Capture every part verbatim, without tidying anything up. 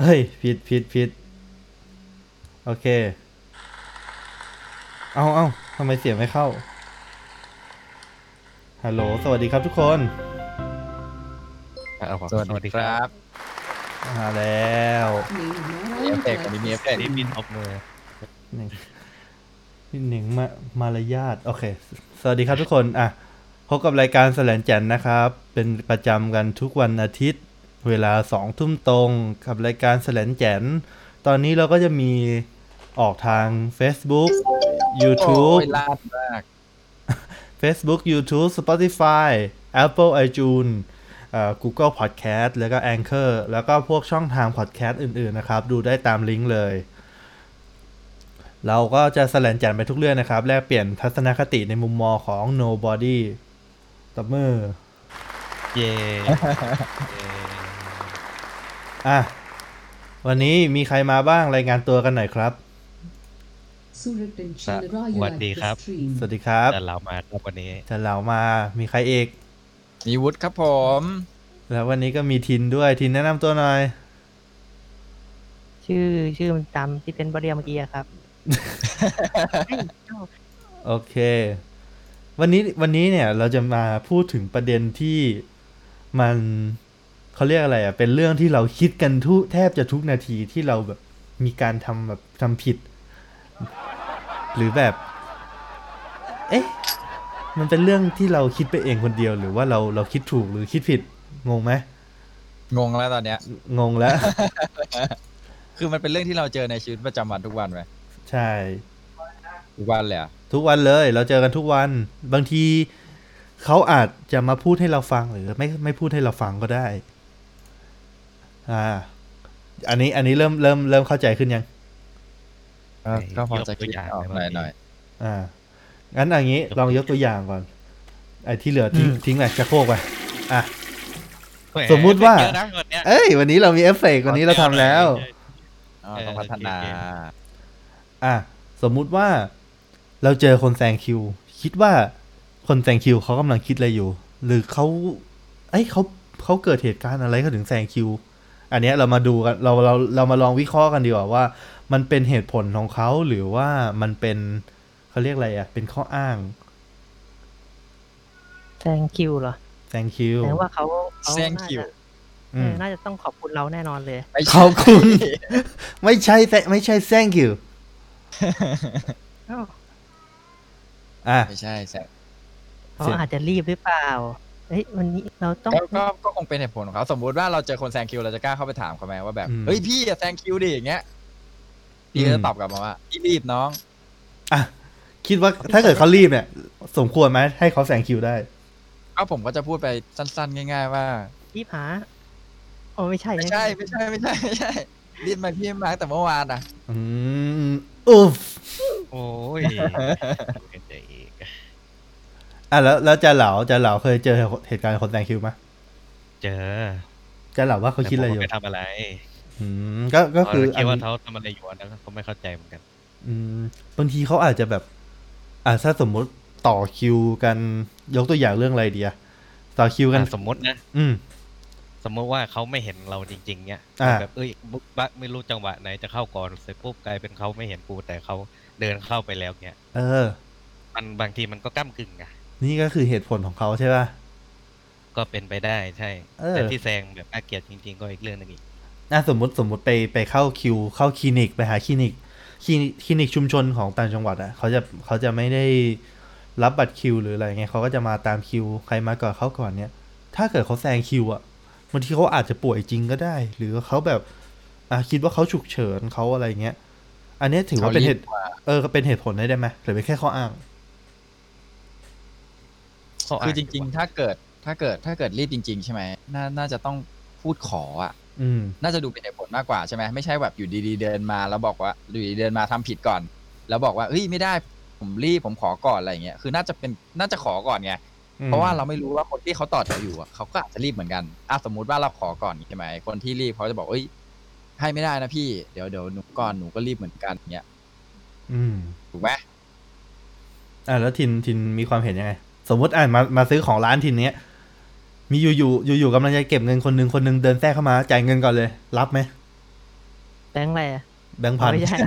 อ้ยผิดผิดผิดโอเคเอาเอาทำไมเสียงไม่เข้าฮัลโหลสวัสดีครับทุกคนสวัสดีครับมาแล้วมีเอฟเฟกต์วันนี้มีเอฟเฟกต์นี่บินออฟเลยหนึ่งพี่หนึ่งมามารยาทโอเคสวัสดีครับทุกคนอ่ะพบกับรายการแสลนแจนนะครับเป็นประจำกันทุกวันอาทิตย์เวลาสองทุ่มตรงกับรายการแสลนแจนตอนนี้เราก็จะมีออกทาง Facebook โอ้ YouTube ยลาดมาก Facebook YouTube Spotify Apple iTunes เอ่อ Google Podcast แล้วก็ Anchor แล้วก็พวกช่องทาง podcast อื่นๆนะครับดูได้ตามลิงก์เลยเราก็จะแสลนแจนไปทุกเรื่องนะครับแลกเปลี่ยนทัศนคติในมุมมองของ Nobody ตบมือเย่อ่ะวันนี้มีใครมาบ้างรายงานตัวกันหน่อยครับสวัสดีครับสวัสดีครับแต่เรามาครับวันนี้จะเหล่ามามีใครเอกมีวุฒิครับผมแล้ววันนี้ก็มีทินด้วยทินแนะนำตัวหน่อยชื่อชื่อมันตามที่เป็นบอดี้เมื่อกี้อะครับโอเควันนี้วันนี้เนี่ยเราจะมาพูดถึงประเด็นที่มันเขาเรียกอะไรอ่ะเป็นเรื่องที่เราคิดกันทุกแทบจะทุกนาทีที่เราแบบมีการทำแบบทำผิดหรือแบบเอ๊ะมันเป็นเรื่องที่เราคิดไปเองคนเดียวหรือว่าเราเราคิดถูกหรือคิดผิดงงไหมงงแล้วตอนเนี้ยงงแล้วคือมันเป็นเรื่องที่เราเจอในชีวิตประจำวันทุกวันไหมใช่ทุกวันเลยอะทุกวันเลยเราเจอกันทุกวันบางทีเขาอาจจะมาพูดให้เราฟังหรือไม่ไม่พูดให้เราฟังก็ได้อ่าอันนี้อันนี้เริ่มเริ่มเริ่มเข้าใจขึ้นยังก็พอจะคิดออกหน่อยหน่อยอ่างั้นอย่างนี้ลองยกตัวอย่างก่อนไอ้ที่เหลือทิ้งทิ้งไปจะโคกไปอ่ะสมมุติว่าเอ้ยวันนี้เรามีเอฟเฟกต์วันนี้เราทำแล้วต้องพัฒนาอ่ะสมมุติว่าเราเจอคนแซงคิวคิดว่าคนแซงคิวเขากำลังคิดอะไรอยู่หรือเขาเอ้ยเขาเขาเกิดเหตุการณ์อะไรเขาถึงแซงคิวอันเนี้ยเรามาดูกันเราเราเรามาลองวิเคราะห์กันดีกว่าว่ามันเป็นเหตุผลของเขาหรือว่ามันเป็นเขาเรียกอะไรอ่ะเป็นข้ออ้างแซงคิวเหรอแซงคิวแปลว่าเขาแซงคิวน่าจะต้องขอบคุณเราแน่นอนเลยขอบคุณไม่ใช่แต่ไม่ใช่แซงคิวอ่ะไม่ใช่แซงเขาอาจจะรีบหรือเปล่าเฮ้ยวันนี้เราต้องก็ก็คงเป็นเหตุผลของเขาสมมุติว่าเราเจอคนแซงคิวเราจะกล้าเข้าไปถามเขาไหมว่าแบบเฮ้ยพี่อย่าแซงคิวดิอย่างเงี้ยพี่ก็จะตอบกลับมาว่าพี่รีบน้องอ่ะคิดว่าถ้าเกิดเขารีบเนี่ยสมควรไหมให้เขาแซงคิวได้ก็ผมก็จะพูดไปสั้นๆง่ายๆว่ารีบหาโอ้ไม่ใช่ไม่ใช่ไม่ใช่ไม่ใช่ไม่ใช่รีบมาพี่มาแต่เมื่อวานอ่ะอืมอุ๊บโอ้ยอ่ะแล้วแล้วจะเหลาจะเหลาเคยเจอเหตุการณ์คนแซงคิวไหมเจอจะเหลาว่าเขาคิดอะไรอยู่ไปทำอะไรอืมก็ก็คือคิดว่าเขาทำอะไรอยู่นะเขาไม่เข้าใจเหมือนกันอืมบางทีเขาอาจจะแบบอ่ะถ้าสมมติต่อคิวกันยกตัวอย่างเรื่องอะไรดีอะต่อคิวกันสมมตินะอืมสมมติว่าเขาไม่เห็นเราจริงๆเนี่ยแบบเอ้ยบุ๊กบักไม่รู้จังหวะไหนจะเข้าก่อนเสร็จปุ๊บกลายเป็นเขาไม่เห็นกูแต่เขาเดินเข้าไปแล้วเนี่ยเออมันบางทีมันก็ก้ำกึ่งอะนี่ก็คือเหตุผลของเขาใช่ป่ะก็เป็นไปได้ใช่แต่ที่แซงแบบน่าเกลียดจริงๆก็อีกเรื่องนึงอีกอ่ะสมมติสมมติไปไปเข้าคิวเข้าคลินิกไปหาคลินิกคลินิกชุมชนของต่างจังหวัดอ่ะเขาจะเขาจะไม่ได้รับบัตรคิวหรืออะไรเงี้ยเขาก็จะมาตามคิวใครมาก่อนเข้าก่อนเนี้ยถ้าเกิดเขาแซงคิวอ่ะบางทีเขาอาจจะป่วยจริงก็ได้หรือเขาแบบอ่ะคิดว่าเขาฉุกเฉินเขาอะไรเงี้ยอันนี้ถือว่าเป็นเหตุเออเป็นเหตุผลได้ไหมหรือเป็นแค่ข้ออ้างคือจริงๆถ้าเกิดถ้าเกิดถ้าเกิดรีบจริงๆใช่ไหมน่าน่าจะต้องพูดขออ่ะน่าจะดูเป็นเหตุผลมากกว่าใช่ไหมไม่ใช่แบบอยู่ดีๆเดินมาแล้วบอกว่าอยู่ดีเดินมาทำผิดก่อนแล้วบอกว่าเฮ้ยไม่ได้ผมรีบผมขอก่อนอะไรเงี้ยคือน่าจะเป็นน่าจะขอก่อนไงเพราะว่าเราไม่รู้ว่าคนที่เขาต่อแถวอยู่อ่ะเขาก็อาจจะรีบเหมือนกันอ่ะสมมุติว่าเราขอก่อนใช่ไหมคนที่รีบเขาจะบอกเอ้ยให้ไม่ได้นะพี่เดี๋ยวเดี๋ยวหนูก่อนหนูก็รีบเหมือนกันเงี้ยถูกไหมอ่ะแล้วทินทินมีความเห็นยังไงสมมติอ่ะมามาซื้อของร้านทินเนี้ยมีอยู่อยู่อยู่อยู่กำลังจะเก็บเงินคนนึงคนนึงเดินแทรกเข้ามาจ่ายเงินก่อนเลยรับไหมแบงค์อะไรอะแบงค์อ๋พัอน ไม่ใช่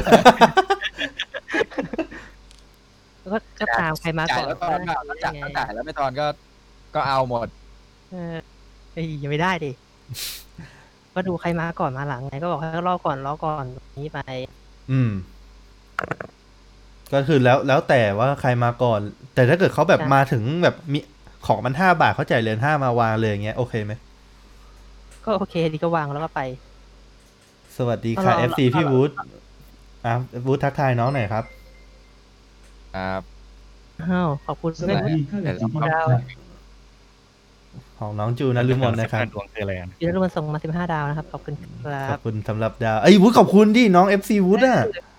ก็ก็ตามใครมาจ่าก่ยอนแล้วตอนก็ก็ได้จ่ายไงจ่ายแล้วไม่ตอนก็ก็เอาหมดเออเฮ้ยยังไม่ได้ดิ ก็ดูใครมาก่อนมาหลังไงก็บอกให้รอก่อนรอก่อนแบบนี้ไปอืม ก็คือแล้วแล้วแต่ว่าใครมาก่อน แต่ถ้าเกิดเขาแบบใช่มาถึงแบบมีของมันห้าบาทเขาจ่ายเหรียญห้ามาวางเลยอย่างเงี้ยโอเคไหมก็โอเคดีก็วางแล้วก็ไปสวัสดีก็ค่ะรอเอฟ ซีรอพี่วูดอ่ะวูดทักทายน้องหน่อยครับครับอ้าวขอบคุณสไม่วัสรู้ดีค่ะเดี๋ยวจีเราคดาวรับของน้องจูนฤมลนะครับสิห้าดวงคืออะไรอ่ะยูนรวนส่งมาสิบห้าดาวนะครับขอบคุณคขรัอบบ คุณสำหรับดาวเอ้ยวูดขอบคุณดิน้อง เอฟ ซี วูดอ่ะ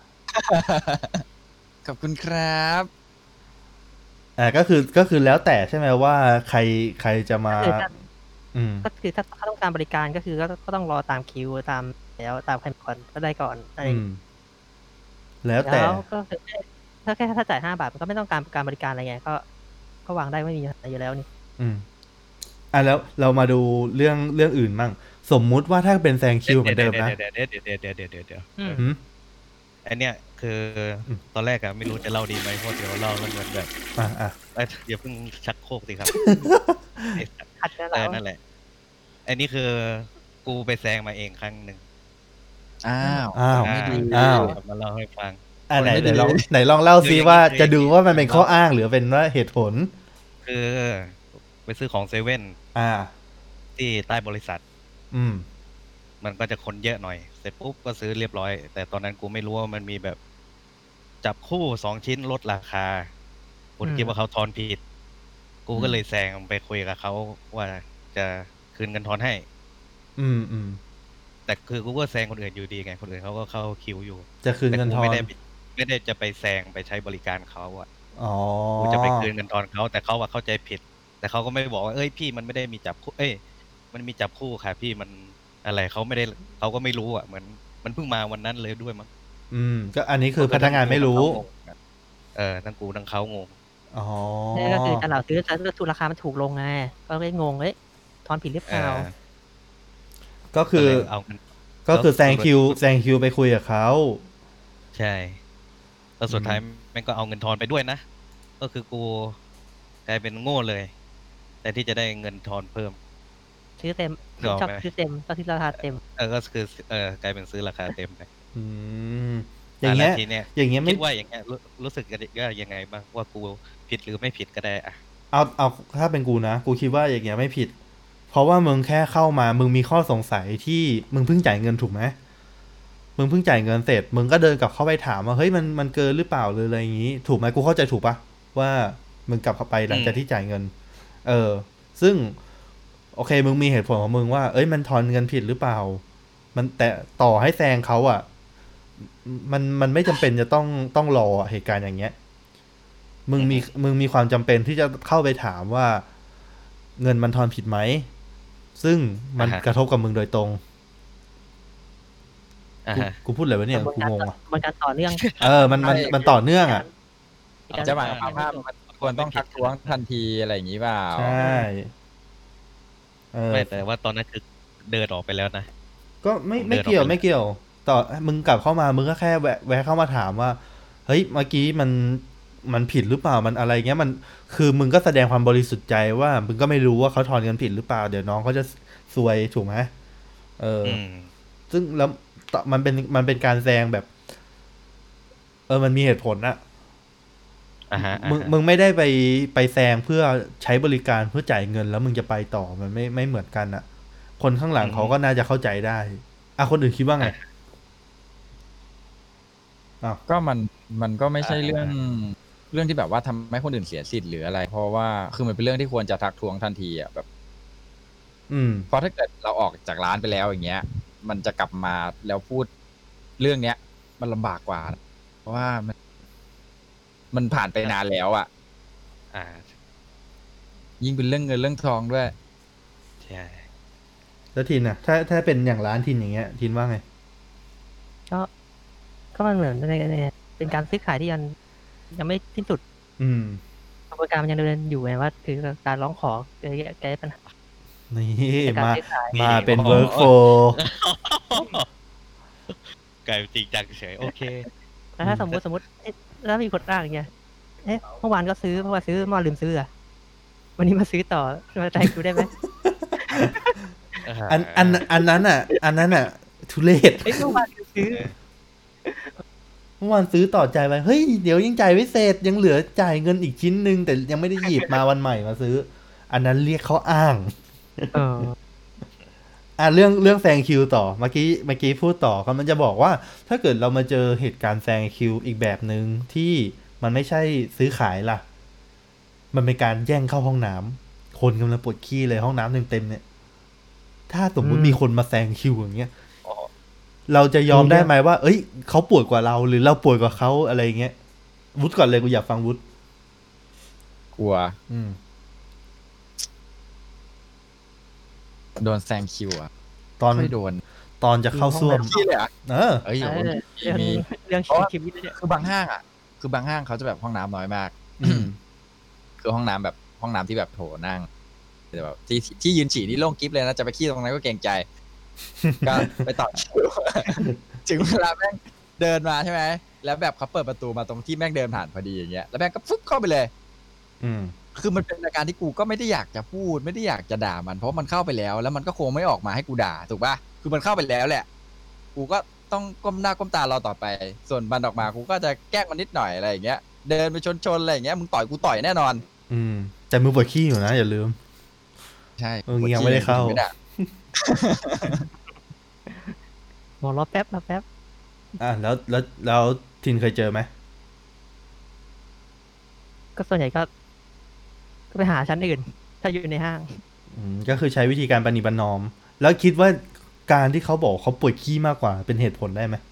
ขอบคุณครับอ่าก็คือก็คือแล้วแต่ใช่ไหมว่าใครใครจะมาก็คือถ้าอืมก็คือถ้าถ้าต้องการบริการก็คือก็ก็ต้องรอตามคิวตามแล้วตามใครก่อนก็ได้ก่อนอะไรออืย่างมงี้แล้วแต่แล้วก็คือถ้าแค่ถ้าจ่ายห้าบาทมันก็ไม่ต้องการการบริการอะไรไงก็ก็วางได้ไม่มีอะไรอยู่แล้วนี่อืมอ่ะแล้วเรามาดูเรื่องเรื่องอื่นมั่งสมมุติว่าถ้าเป็นแซงคิวเหมือนเดิมนะเดี๋ยวเดี๋ยวเดี๋ยวเดี๋ยวเดี๋ยวเดี๋ยวเดี๋ยวอืมหืมอันเนี้ยคืออมตอนแรกอะไม่รู้จะเล่าดีไหมเพราะเดี๋ยวเล่าแล้วเหมือนแบบอ่ะอ่ะเอ้ยอย่าเพิ่งชักโครกสิครับ ไอ้สัตว์ขัดกันเอแล้อวนั่นแหละ อันนี้คือกูไปแซงมาเองครั้งหนึ่งอ้าวอ้าวไม่ดีอ้าวเดี๋ยมาเล่าให้ฟังอ่ะไหนไม่ไหนดีลองเลยไหนลองเล่าซิคืออย่างนี้ว่าคือจะดูอย่างนี้ว่ามันเป็นข้ออ้างหรือเป็นว่าเหตุผลคือไปซื้อของเซเว่นอ่าที่ใต้บริษัทอืมมันก็จะคนเยอะหน่อย เสร็จปุ๊บก็ซื้อเรียบร้อย แต่ตอนนั้นกูไม่รู้ว่ามันมีแบบ จับคู่สองชิ้นลดราคากูอืมคิดว่าเขาทอนผิด กูก็เลยแซงไปคุยกับเขาว่าจะคืนเงินทอนให้อืมอืมแต่คือกูก็แซงคนอื่นอยู่ดีไง คนอื่นเขาก็เข้าคิวอยู่จะคืนแต่เงินกูทอไม่นได้ไม่ได้จะไปแซงไปใช้บริการเขาอะอ๋อกูจะไปคืนเงินทอนเขาแต่เขาว่าเข้าใจผิด แต่เขาก็ไม่บอกว่าเอ้ยพี่มันไม่ได้มีจับคู่เอ้ยมันมีจับคู่ค่ะ พี่มันอะไรเขาไม่ได้เขาก็ไม่รู้อ่ะเหมือนมันเพิ่งมาวันนั้นเลยด้วยมั้งอืม ก็อันนี้คือพนักงานไม่รู้เออทั้งกูทั้งเขางงอ๋อนี่ก็คือการเหล่าซื้อซื้อถูกราคามันถูกลงไงก็เลยงงเอ้ยทอนผิดหรือเปเอล่าอก็คือก็เลยเอาเงินก็คือแซงคิวแซงคิวไปคุยกับเขาใช่แล้วสุดท้ายอืมแม่งก็เอาเงินทอนไปด้วยนะ ก็คือกูกลายเป็นโง่เลย แต่ที่จะได้เงินทอนเพิ่มซื้อเต็มนึกออกชอบไหมซื้อเต็มชอบซื้อราคาเต็มเออก็คือเออกลายเป็นซื้อราคาเต็มไปอืม อย่างเงี้ยแล้วทีเนี้ยอย่างเงี้ยไม่คิดว่าอย่างเงี้ยรู้รู้สึกกันว่ายังไงบ้างว่ากูผิดหรือไม่ผิดก็ได้อะเอาเอาถ้าเป็นกูนะ กูคิดว่าอย่างเงี้ยไม่ผิด เพราะว่ามึงแค่เข้ามา มึงมีข้อสงสัยที่มึงเพิ่งจ่ายเงินถูกไหมมึงเพิ่งจ่ายเงินเสร็จ มึงก็เดินกลับเข้าไปถามว่าเฮ้ยมันมันเกินหรือเปล่าหรืออะไรอย่างงี้ ถูกไหมกูเข้าใจถูกปะว่ามึงกลับเข้าไปหลังจากที่จ่ายเงิน เออ ซึ่ง โอเค มึงมีเหตุผลของมึงว่า เอ้ยมันทอนเงินผิดหรือเปล่า มันแต่ต่อให้แซงเขาอ่ะ มันมันไม่จำเป็นจะต้องต้องรอเหตุการณ์อย่างเงี้ย มึงมีมึงมีความจำเป็นที่จะเข้าไปถามว่า เงินมันทอนผิดไหม ซึ่งมันอ่าฮะกระทบกับมึงโดยตรงอ่ากูฮะกูพูดอะไรวะเนี่ยกระบวนกูการงงว่ะกระบวนการต่อเนื่องเออ มันมันมันต่อเนื่องอ่ะจะหมายความว่ามันควรต้องทักท้วงทันทีอะไรอย่างนี้เปล่าใช่ เออไม่แต่ว่าตอนนั้นคือเดินออกไปแล้วนะก็ไม่ผมไม่เดินออกเกี่ยวไปแล้วไม่เกี่ยว ต่อมึงกลับเข้ามา มึงก็แค่แวะแวะเข้ามาถามว่า เฮ้ย เมื่อกี้มันมันผิดหรือเปล่า มันอะไรเงี้ย มัน คือมึงก็แสดงความบริสุทธิ์ใจว่า มึงก็ไม่รู้ว่าเขาทอนเงินผิดหรือเปล่า เดี๋ยวน้องเขาจะซวยถูกไหมเออออืมซึ่งแล้วต่อมันเป็นมันเป็นการแซงแบบ เออ มันมีเหตุผลอะอ่าฮะอ่ามึงฮะมึงไม่ได้ไปไปแซงเพื่อใช้บริการเพื่อจ่ายเงินแล้วมึงจะไปต่อ มันไม่ไม่เหมือนกันอะคนข้างหลังเขาก็น่าจะเข้าใจได้อ่ะคนอื่นคิดว่าไงก็มันมันก็ไม่ใช่เรื่องเรื่องที่แบบว่าทำให้คนอื่นเสียสิทธิ์หรืออะไร เพราะว่าคือมันเป็นเรื่องที่ควรจะทักท้วงทันทีอ่ะแบบอืมเพราะถ้าเกิดเราออกจากร้านไปแล้วอย่างเงี้ย มันจะกลับมาแล้วพูดเรื่องเนี้ย มันลำบากกว่า เพราะว่ามันมันผ่านไปนานแล้วอ่ะอ่ายิ่งเป็นเรื่องเงินเรื่องทองด้วยใช่แล้วทินอะถ้าถ้าเป็นอย่างร้านทินอย่างเงี้ย ทินว่าไงก็ก็มันเหมือนในในเป็นการซื้อขายที่ยังยังไม่สิ้นสุดอืมกระบวนการมันยังดำเนินอยู่ไงว่าคือการร้องขอแก้แก้ปัญหานี่ในการมาซื้อขายมาเป็นโอ้โหเวิร์กโฟกลายเป็นจริงจังเฉยโอเคแล้วถ้าสมมติสมมติเอ๊ะแล้วมีคนอ้างอย่างเงี้ยเอ๊ะเมื่อวานก็ซื้อเมื่อวานซื้อเมื่อวานลืมซื้ออะวันนี้มาซื้อต่อมาแทงกูได้ไหมอันอันอันนั้นอ่ะ อันนั้นอ่ะ ทุเรศเอ้ยเมื่อวานลืมซื้อเมื่อวานซื้อต่อจ่ายไปเฮ้ยเดี๋ยวยังจ่ายไม่เสร็จยังเหลือจ่ายเงินอีกชิ้นหนึ่งแต่ยังไม่ได้หยิบมาวันใหม่มาซื้อ อันนั้นเรียกเขาอ้างเอออ่ะเรื่องเรื่องแซงคิวต่อเมื่อกี้เมื่อกี้พูดต่อเขามันจะบอกว่า ถ้าเกิดเรามาเจอเหตุการณ์แซงคิวอีกแบบหนึ่งที่มันไม่ใช่ซื้อขายล่ะ มันเป็นการแย่งเข้าห้องน้ำคนกำลังปวดขี้เลยห้องน้ำเต็มๆเนี่ย ถ้าสมมติมีคนมาแซงคิวอย่างเงี้ยเราจะยอมได้ไหมว่า เอ้ยเขาปวดกว่าเราหรือเราปวดกว่าเขาอะไรเงี้ยวุฒิก่อนเลยกูอยากฟังวุฒิกลัวอืมโดนแซงคิวอ่ะตอนไม่โดนตอนจะเข้าส้วมขี้เลยอ่ะเออเอ้ยเอเดี๋ยวอมีเรื่องมีเรื่องชีวิตชีวิตเนี่ยคือบางห้างอ่ะ คือบางห้างเขาจะแบบห้องน้ำน้อยมากอืมคือห้องน้ำแบบห้องน้ำที่แบบโถนั่งแต่แบบที่ที่ยืนฉี่นี่โล่งกิ๊บเลยนะจะไปขี้ตรงนั้นก็เกรงใจ ก็ไปต่อคิว ถึงเวลาแม่งเดินมาใช่ไหมแล้วแบบเขาเปิดประตูมาตรงที่แม่งเดินผ่านพอดีอย่างเงี้ยแล้วแม่งก็ฟึ๊บเข้าไปเลยอืมคือมันเป็นอาการที่กูก็ไม่ได้อยากจะพูด ไม่ได้อยากจะด่ามันเพราะมันเข้าไปแล้ว แล้วมันก็คงไม่ออกมาให้กูด่าถูกป่ะคือมันเข้าไปแล้วแหละ กูก็ต้องก้มหน้าก้มตารอต่อไป ส่วนมันออกมากูก็จะแกล้งมันนิดหน่อยอะไรอย่างเงี้ยเดินไปชนๆอะไรอย่างเงี้ยมึงต่อยกูต่อยแน่นอนอืมแต่มือปวดขี้อยู่นะอย่าลืมใช่เออยังไม่ได้เข้าไม่ได้หมอรอแป๊บรอแป๊บอ่ะแล้วแล้วแล้วทินเคยเจอไหมก็ส่วนใหญ่ก็ ก็ไปหาชั้นอื่น ถ้าอยู่ในห้างอืมก็คือใช้วิธีการประนีประนอม แล้วคิดว่าการที่เขาบอกเขาปวดขี้มากกว่าเป็นเหตุผลได้ไหม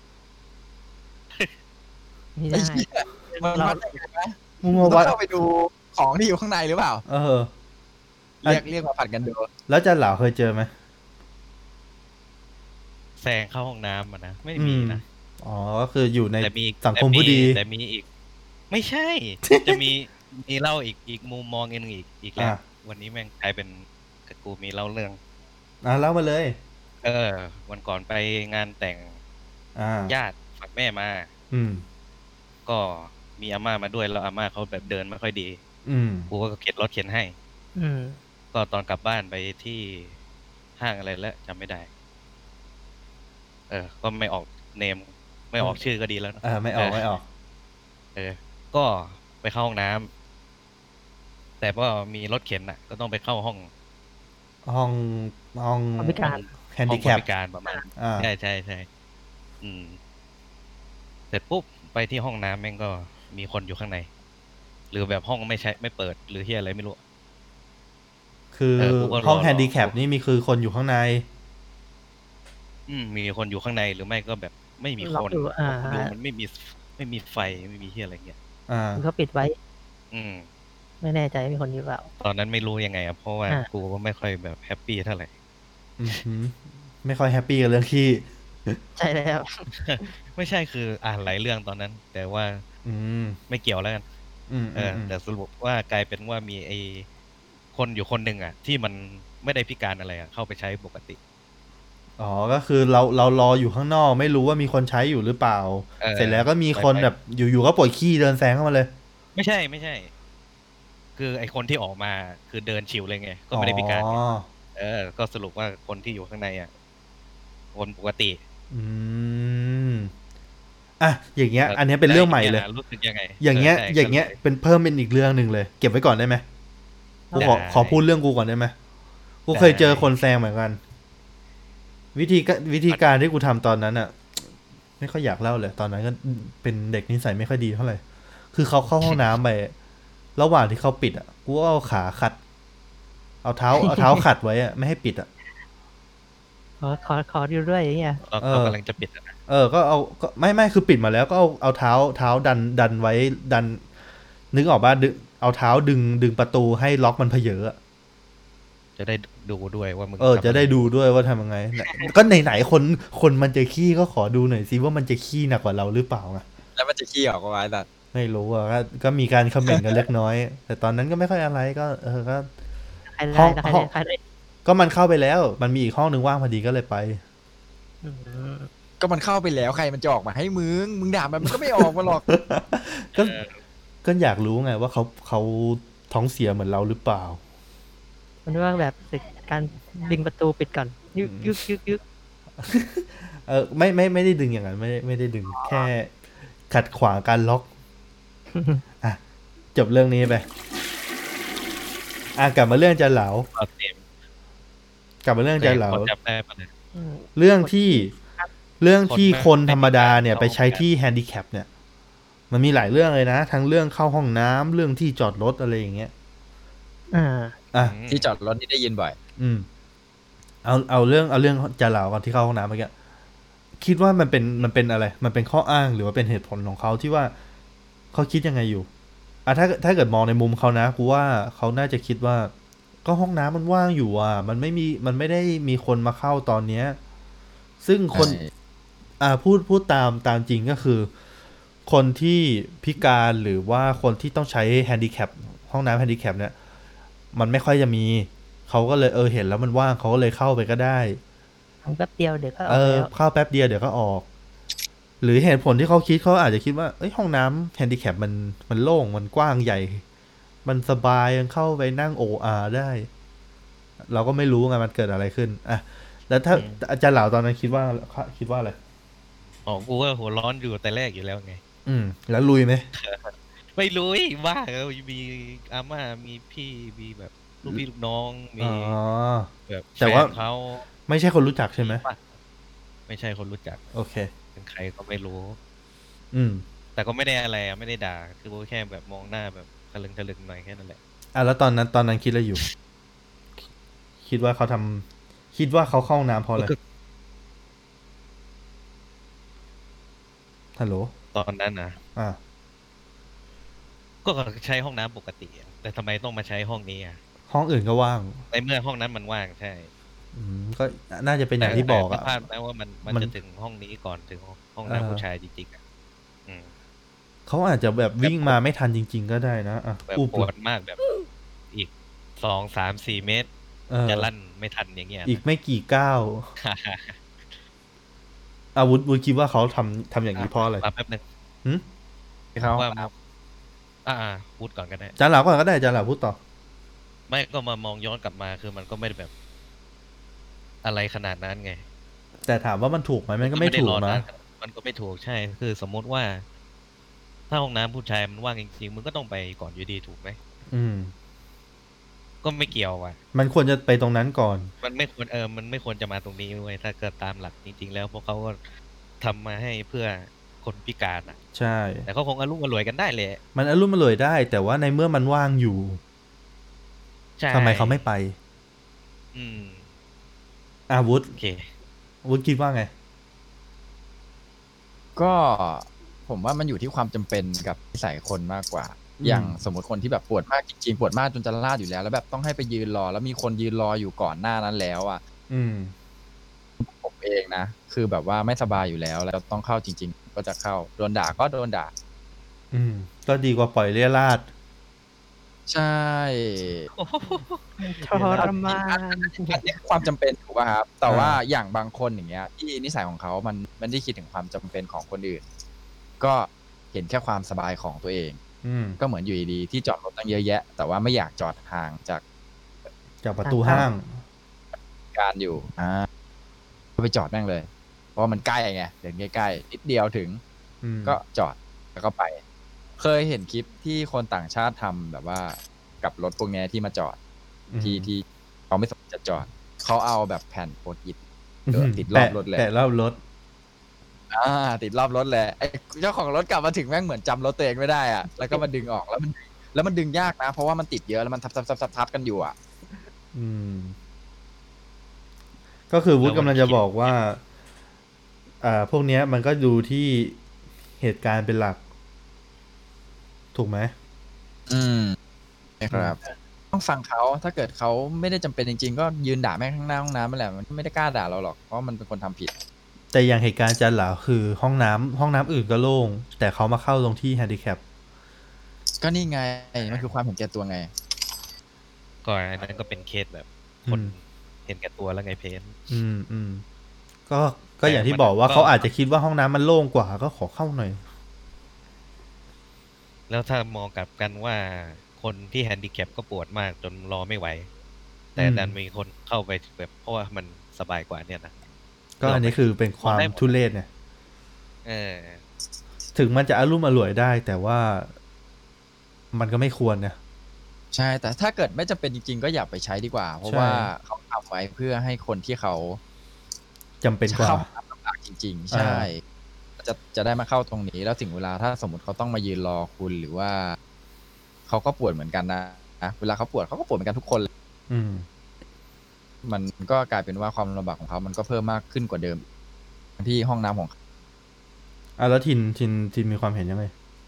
ไม่ได้มันเราวัดได้ไหมมึงมึมางต้อวัดงเข้าไปดูของที่อยู่ข้างในหรือเปล่าเออเรียกเรียกมาผัดกันดูแล้วจันหลาวเคยเจอไหมแซงเข้าห้องน้ำอะนะไม่อืมีมนะอ๋อก็คืออยู่ในแต่มีสังคมผู้ดีแต่มีอีก ไม่ใช่ จะมีมีเล่าอีกอีกมุมมองหนึงอีกอีกแล้วอ่ะวันนี้แม่งกลายเป็นกับกูมีเล่าเรื่องอ่ะเล่ามาเลยเออ วันก่อนไปงานแต่งอ่าญาติฝั่งแม่มาอืมก็มีอาม่ามาด้วยแล้วอาม่าเขาแบบเดินไม่ค่อยดีอืมกูก็เข็นรถเข็นให้อืมก็ตอนกลับบ้านไปที่ห้างอะไรแล้วจำไม่ได้ เออ ก็ไม่ออกเนม ไม่ออกชื่อก็ดีแล้วนะอ่าไม่ออกไม่ออกเออ ก็ไปเข้าห้องน้ำแต่ว่ามีรถเข็นอ่ะ ก็ต้องไปเข้าห้องห้องห้องคนพิการแฮนห้อดิงแคคนปพิการประมาณอ่าใช่ใช่ใช่อืม เสร็จปุ๊บไปที่ห้องน้ำแม่งก็มีคนอยู่ข้างใน หรือแบบห้องไม่ใช่ไม่เปิดหรือที่อะไรไม่รู้คือเออกูก็รอห้องรอแฮนดิแคปนี่มีคือคนอยู่ข้างในอืมมีคนอยู่ข้างในหรือไม่ก็แบบไม่มีล็คอกนอยู่อ่าดูมันไม่มีไม่มีไฟไม่มีที่อะไรเงี้ยอ่าเขาปิดไว้อืมไม่แน่ใจมีคนอยู่เปล่าตอนนั้นไม่รู้ยังไงอ่ะเพราะว่าอ่ากูก็ไม่ค่อยแบบแฮปปี้เท่าไหร่อือหือไม่ค่อยแฮปปี้กับเรื่องขี้ใช่แล้วไม่ใช่คืออ่านหลายเรื่องตอนนั้น แต่ว่าอืมไม่เกี่ยวแล้วกันอืมเออือมออืมแต่สรุปว่ากลายเป็นว่ามีไอคนอยู่คนหนึ่งอ่ะ ที่มันไม่ได้พิการอะไรอ่ะเข้าไปใช้ปกติอ๋อ ก็คือเราเรารออยู่ข้างนอก ไม่รู้ว่ามีคนใช้อยู่หรือเปล่าเออเสร็จแล้วก็มีคนไปๆแบบอยู่ๆก็ปวดขี้เดินแซงเข้ามาเลยไม่ใช่ไม่ใช่ คือไอคนที่ออกมาคือเดินชิวเลยไง ก็ไม่ได้พิการอ๋ไงอเออ ก็สรุปว่าคนที่อยู่ข้างในอ่ะ คนปกติอืม อ่ะ อย่างเงี้ย อันเนี้ยเป็นเรื่องใหม่เลยแวรู้สึกยังไงอย่างเงี้ยใช่อย่างเงี้ยก็ลเป็นเพิ่มเป็นอีกเรื่องหนึ่งเลย เก็บไว้ก่อนได้ไหมกูขอได้ขอพูดเรื่องกูก่อนได้ไหมกูเคยเจอคนแซงเหมือนกัน วิธีก็วิธีการที่กูทำตอนนั้นอ่ะ ไม่ค่อยอยากเล่าเลย ตอนนั้นก็เป็นเด็กนิสัยไม่ค่อยดีเท่าไหร่ คือเขาเข้าห้องน้ำไป ระหว่างที่เขาปิดอ่ะ กูก็เอาขาขัด เอาเท้า เอาเท้าขัดไว้อ่ะ ไม่ให้ปิดอ่ะขอขอขอดูด้วยอย่างเงี้ยเราเออเรากำลังจะปิดอะนะเออ ก็เอาก็ไม่ไม่คือปิดมาแล้วก็เอาเอาเท้าเท้าดันดันไว้ดัน นึกออกป่ะดึงเอาเท้าดึงดึงประตูให้ล็อกมันเพเยอะอะจะได้ดูด้วยว่ามึงเออทำจะได้ดูด้วยว่าทำยังไงไหนก็ไหนๆคนคนมันจะขี้ก็ขอดูหน่อยสิว่ามันจะขี้หนักกว่าเราหรือเปล่าไงแล้วมันจะขี้ออกมาไว้แต่ไม่รู้อ่ะก็ก็มีการคอมเมนต์กันเล็กน้อย แต่ตอนนั้นก็ไม่ค่อยอะไรก็ เออก็ใครห้ได้องใครห้อได้งใครได้ก็มันเข้าไปแล้ว มันมีอีกห้องหนึ่งว่างพอดีก็เลยไปอืมก็มันเข้าไปแล้วใครมันจะออกมาให้มึงมึงด่ามันมันก็ไม่ออกมาหรอกก็ก็อยากรู้ไงว่าเขาเขาท้องเสียเหมือนเราหรือเปล่ามันว่าแบบสึกการดึงประตูปิดก่อนยึกยึกยึกยึกเออไม่ไม่ไม่ได้ดึงอย่างนั้นไม่ได้ไม่ได้ดึงแค่ขัดขวางการล็อกอ่ะจบเรื่องนี้ไปอ่ะกลับมาเรื่องจันเหลาเอาเต็มกลับมาเรื่องจันเหลาพอจำได้ปะเนี่ยอืมเรื่องที่เรื่องที่คคน นไม่ธรรมดาเนี่ยเข้าไปใช้ที่แฮนดิแคปเนี่ย มันมีหลายเรื่องเลยนะ ทั้งเรื่องเข้าห้องน้ำเรื่องที่จอดรถอะไรอย่างเงี้ยอ่าอ่ะที่จอดรถนี่ได้ยินบ่อยอืม เอาเอาเรื่องเอาเรื่องจันเหลาก่อนที่เข้าห้องน้ำเมื่อกี้คิดว่ามันเป็นมันเป็นอะไร มันเป็นข้ออ้างหรือว่าเป็นเหตุผลของเขาที่ว่าเขาคิดยังไงอยู่อ่ะถ้าถ้าเกิดมองในมุมเขานะกูว่าเขาน่าจะคิดว่า ก็ห้องน้ำมันว่างอยู่อ่ะ มันไม่มีมันไม่ได้มีคนมาเข้าตอนเนี้ย ซึ่งคนใช่อ่าพูดพูดตามตามจริงก็คือ คนที่พิการหรือว่าคนที่ต้องใช้แฮนดิแคปห้องน้ำแฮนดิแคปเนี่ย มันไม่ค่อยจะมี เขาก็เลยเออเห็นแล้วมันว่างเขาก็เลยเข้าไปก็ได้ทำแป๊บเดียวเดี๋ยวก็อเออกอแล้วเข้าแป๊บเดียวเดี๋ยวก็ออก หรือเหตุผลที่เขาคิดเขาอาจจะคิดว่าเอ้ยห้องน้ำแฮนดิแคปมันมันโล่งมันกว้างใหญ่ มันสบายยังเข้าไปนั่งโออาได้ เราก็ไม่รู้ไงมันเกิดอะไรขึ้นอ่ะแล้วถ้าอาจารย์เหล่าตอนนั้นคิดว่าคิดว่าอะไรอ๋อกูก็หัวร้อนอยู่แต่แรกอยู่แล้วไงอืม แล้วลุยไหมไม่รู้อีกว่าเออมีอาม่ามีพี่มีแบบลูกพี่ลูกน้องมีอ๋อแบบแต่ว่าฟนเขาไม่ใช่คนรู้จักใช่ไหมไม่ใช่คนรู้จักโอเคเป็นใครก็ไม่รู้อืมแต่ก็ไม่ได้อะไรอะไม่ได้ด่าคือแค่แบบมองหน้าแบบทะลึงทะลึงหน่อยแค่นั้นแหละอ่ะแล้วตอนนั้นตอนนั้นคิดอะไรอยู่ คิดว่าเขาทำคิดว่าเขาเข้าห้องน้ำเพราะอะไรฮัลโหลตอนนั้นนะอ่าก็ใช้ห้องน้ำปกติอะแต่ทำไมต้องมาใช้ห้องนี้อ่ะห้องอื่นก็ว่างในเมื่อห้องนั้นมันว่างใช่อืมก็น่าจะเป็นอย่างที่บอกแต่อะพลาดไหมว่ามันมันมันจะถึงห้องนี้ก่อนถึงห้องเออน้ำผู้ชายจริงๆอ่ะอืมเขาอาจจะแบบวิ่งมาไม่ทันจริง ๆ ก็ได้นะอ่ะแบบอุ๊บปวดมากแบบ อีกสองสามสี่เมตรเออจะลั่นไม่ทันอย่างเงี้ยอีกไม่กี่ก้าวอาวุธวุธคิดว่าเขาทำทำอย่างนี้เพราะอะไรมาแป๊บนึงหืมที่เขาว่าอ่าอ่าพูดก่อนก็ได้จานเหลาก่อนก็ได้จานเหลาพูดต่อไม่ก็มามองย้อนกลับมาคือมันก็ไม่ได้แบบ อะไรขนาดนั้นไงแต่ถามว่ามันถูกไหมมันก็ไม่ด้ถูกรอนะนมันก็ไม่ถูกใช่ คือสมมติว่า ถ้าห้องน้ำผู้ชายมันว่างจริงๆมึงก็ต้องไปก่อนอยู่ดีถูกไหมอืมก็ไม่เกี่ยวอ่ะมันควรจะไปตรงนั้นก่อนมันไม่ควรเออ มันไม่ควรจะมาตรงนี้ด้วยถ้าเกิดตามหลักจริง ๆ แล้วพวกเขาก็ทำมาให้เพื่อคนพิการอ่ะใช่แต่เขาคงอารมณ์อร่วยกันได้แหละมันอารมณ์มันเลยได้ แต่ว่าในเมื่อมันว่างอยู่ใช่ทำไมเขาไม่ไปอืมอาวุธโอเควุธคิดว่าไงก็ผมว่ามันอยู่ที่ความจำเป็นกับนิสัยคนมากกว่าอืมอย่างสมมติคนที่แบบปวดมากจริงๆปวดมากจนจะลาดอยู่แล้ว แล้วแบบต้องให้ไปยืนรอ แล้วมีคนยืนรออยู่ก่อนหน้านั้นแล้วอ่ะอืมผมเองนะคือแบบว่าไม่สบายอยู่แล้วแล้วต้องเข้าจริง ๆ ก็จะเข้าโดนด่าก็โดนด่าอืม ก็ดีกว่าปล่อยเลี่ยราดใช่ทรมานอันนี้คือความจำเป็นถูกป่ะครับ แต่อ่าว่าอย่างบางคนอย่างเงี้ย ที่นิสัยของเขามันมันได้คิดถึงความจำเป็นของคนอื่น ก็เห็นแค่ความสบายของตัวเองอืมก็เหมือนอยู่ดีๆที่จอดรถตั้งเยอะแยะ แต่ว่าไม่อยากจอดห่างจากจากประตูห้างการอยู่อ่าก็ไปจอดแม่งเลย เพราะว่ามันใกล้ไงเดินใกล้ๆนิดเดียวถึงอืมก็จอดแล้วก็ไป เคยเห็นคลิปที่คนต่างชาติทำแบบว่ากับรถพวกเนี้ยที่มาจอดอืมที่ที่เขาไม่สมควรจะจอด เขาเอาแบบแผ่นโพสต์อิท เออติดรอบรถเลยแปะรอบรถอ่าติดรอบรถเลยไอ้เจ้าของรถกลับมาถึงแม่งเหมือนจำรถตัวเองไม่ได้อ่ะแล้วก็มาดึงออกแล้วมันแล้วมันดึงยากนะ เพราะว่ามันติดเยอะแล้วมันทับทับทับทับทับกันอยู่อ่ะอืม ก็คือวุฒิกำลังจะบอกว่า อ่า พวกเนี้ย มันก็ดูที่เหตุการณ์เป็นหลัก ถูกไหมอืมครับ ต้องฟังเขาถ้าเกิดเขาไม่ได้จำเป็นจริงๆ ก็ยืนด่าแม่งข้างหน้าห้องน้ำนั่นแหละมันไม่ได้กล้าด่าเราหรอกเพราะมันเป็นคนทำผิดแต่อย่างเหตุการณ์จันหลาคือห้องน้ำห้องน้ำอื่นก็โล่ง แต่เขามาเข้าตรงที่แฮนดิแคปก็นี่ไงมันคือความเห็นแก่ตัวไงก็อันนั้นก็เป็นเคสแบบ คนอืมเห็นแก่ตัวแล้วไงเพนอืมอืมก็ก็อย่างที่บอกว่าเขาอาจจะคิดว่าห้องน้ำมันโล่งกว่าก็ขอเข้าหน่อยแล้วถ้ามองกลับกันว่าคนที่แฮนดิแคปก็ปวดมากจนรอไม่ไหว แต่ดันมีคนเข้าไปแบบเพราะว่ามันสบายกว่าเนี่ยนะก็อันนี้คือเป็นความทุเรศเนี่ยเออถึงมันจะอารมณ์อร่วยได้ แต่ว่ามันก็ไม่ควรเนี่ยใช่แต่ถ้าเกิดไม่จำเป็นจริงๆก็อย่าไปใช้ดีกว่า เพราะใช่ว่าเขาทำไว้เพื่อให้คนที่เขาจำเป็นกว่าเข้าห้องน้ำลำบากจริง ๆ ใช่ จะจะได้มาเข้าตรงนี้ แล้วถึงเวลาถ้าสมมติเขาต้องมายืนรอคุณหรือว่าเขาก็ปวดเหมือนกันนะนะเวลาเขาปวดเขาก็ปวดเหมือนกันทุกคนเลยอืมมันก็กลายเป็นว่าความลำบากของเขามันก็เพิ่มมากขึ้นกว่าเดิมที่ห้องน้ำของเขาอ่ะแล้วทินทินทินมีความเห็นยังไง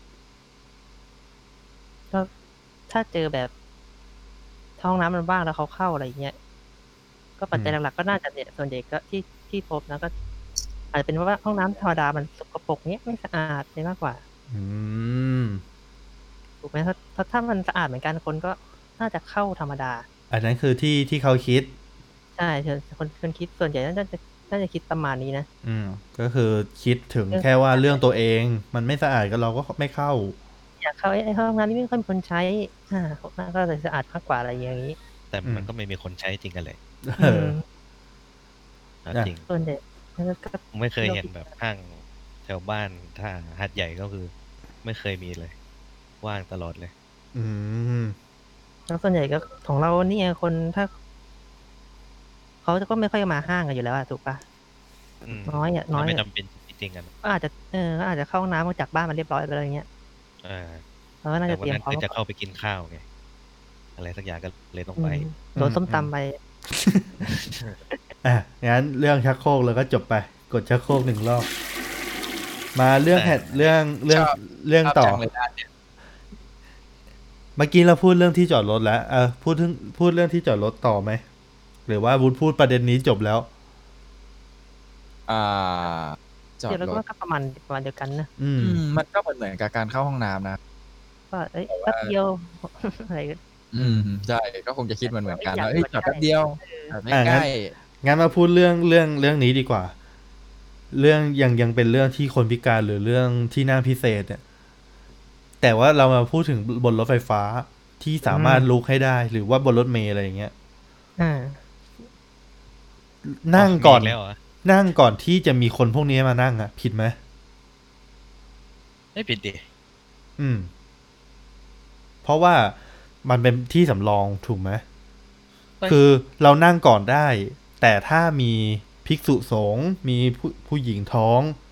ก็ถ้าเจอแบบถ้าห้องน้ำมันว่างแล้วเขาเข้าอะไรอย่างเงี้ยก็ปัจจัยอืมหลักๆก็น่าจะเนี่ยส่วนใหญ่ก็ที่ที่พบนะก็ อาจจะเป็นเพราะว่าห้องน้ำธรรมดามันสกปรกเนี้ยไม่สะอาดเลยมากกว่าอืมถูกไหมถ้าถ้าถ้ามันสะอาดเหมือนกันคนก็น่าจะเข้าธรรมดาอันนั้นคือที่ที่เขาคิดใช่เธอคนคนคิดส่วนใหญ่น่าจะน่าจะคิดประมาณนี้นะอืม ก็คือคิดถึงเออแค่ว่าเรื่องตัวเอง มันไม่สะอาดก็เราก็ไม่เข้าอยากเข้าไอ้ไอ้ห้องน้ำนี่ไม่ค่อยมีคนใช้อ่าก็เลยสะอาดมากกว่าอะไรอย่างนี้แต่อืมมันก็ไม่มีคนใช้จริงกันเลยเออมเอาอ่ะจริงส่วนใหญ่แล้วก็ผมไม่เคยเห็นแบบห้างแถวบ้านถ้าหัดใหญ่ก็คือ ไม่เคยมีเลย ว่างตลอดเลยอืมแล้วส่วนใหญ่ก็ของเราเนี่ยคนถ้าเขาก็ไม่ค่อยมาห้างกันอยู่แล้วอะถูกปะอืมน้อยอะน้อยถ้าไม่อะจำเป็นจริงๆกันก็อาจจะเออก็อาจจะเข้าห้องน้ำมาจากบ้านมันเรียบร้อยไปอะไรเงี้ยเออเราก็น่าแต่จะวัเตนรียมนั้นพร้อมคือมาจะก่อนเข้าไปกินข้าวไงอะไรสักอย่างก็เลยต้องไปอืมโดนส้มตำไปอ่ะงั้นเรื่องชักโครกเราก็จบไป กดชักโครกหนึ่งรอบ มาเรื่องแฮดเรื่องเรื่องชอบเรื่องชอบต่อจังเลยนะเนี่ยเมื่อกี้เราพูดเรื่องที่จอดรถแล้ว เออพูดถึงพูดเรื่องที่จอดรถต่อไหม หรือว่าวุฒพูดประเด็นนี้จบแล้วอ่าจอดเดี๋ยวเรารก็ถว่าก็ประมาณประมาณเดียวกันนะอืมอืมมันก็เหมือนเหมือนกับการเข้าห้องน้ำนะก็เอ้ยแป๊บเดียว อะไรก็อืมใช่ก็คงจะคิดเหมือนเหมือนกันอยากว่าเอ้ยจอดจอดแป๊บเดียวเออจอดไม่อ่าใกงั้นล้งั้นมาพูดเรื่องเรื่องเรื่องนี้ดีกว่า เรื่องยังยังเป็นเรื่องที่คนพิการหรือเรื่องที่นั่งพิเศษเนี่ย แต่ว่าเรามาพูดถึงบนรถไฟฟ้าที่สามารถลุกให้ได้ หรือว่าบนรถเมล์อะไรอย่างเงี้ยอ่านั่งก่อนมีแล้วเหรอนั่งก่อนที่จะมีคนพวกนี้มานั่งอ่ะ ผิดไหมไม่ผิดดิอืม เพราะว่ามันเป็นที่สำรองถูกไหม คือเรานั่งก่อนได้ แต่ถ้ามีภิกษุสงฆ์มีผู้ผู้หญิงท้อง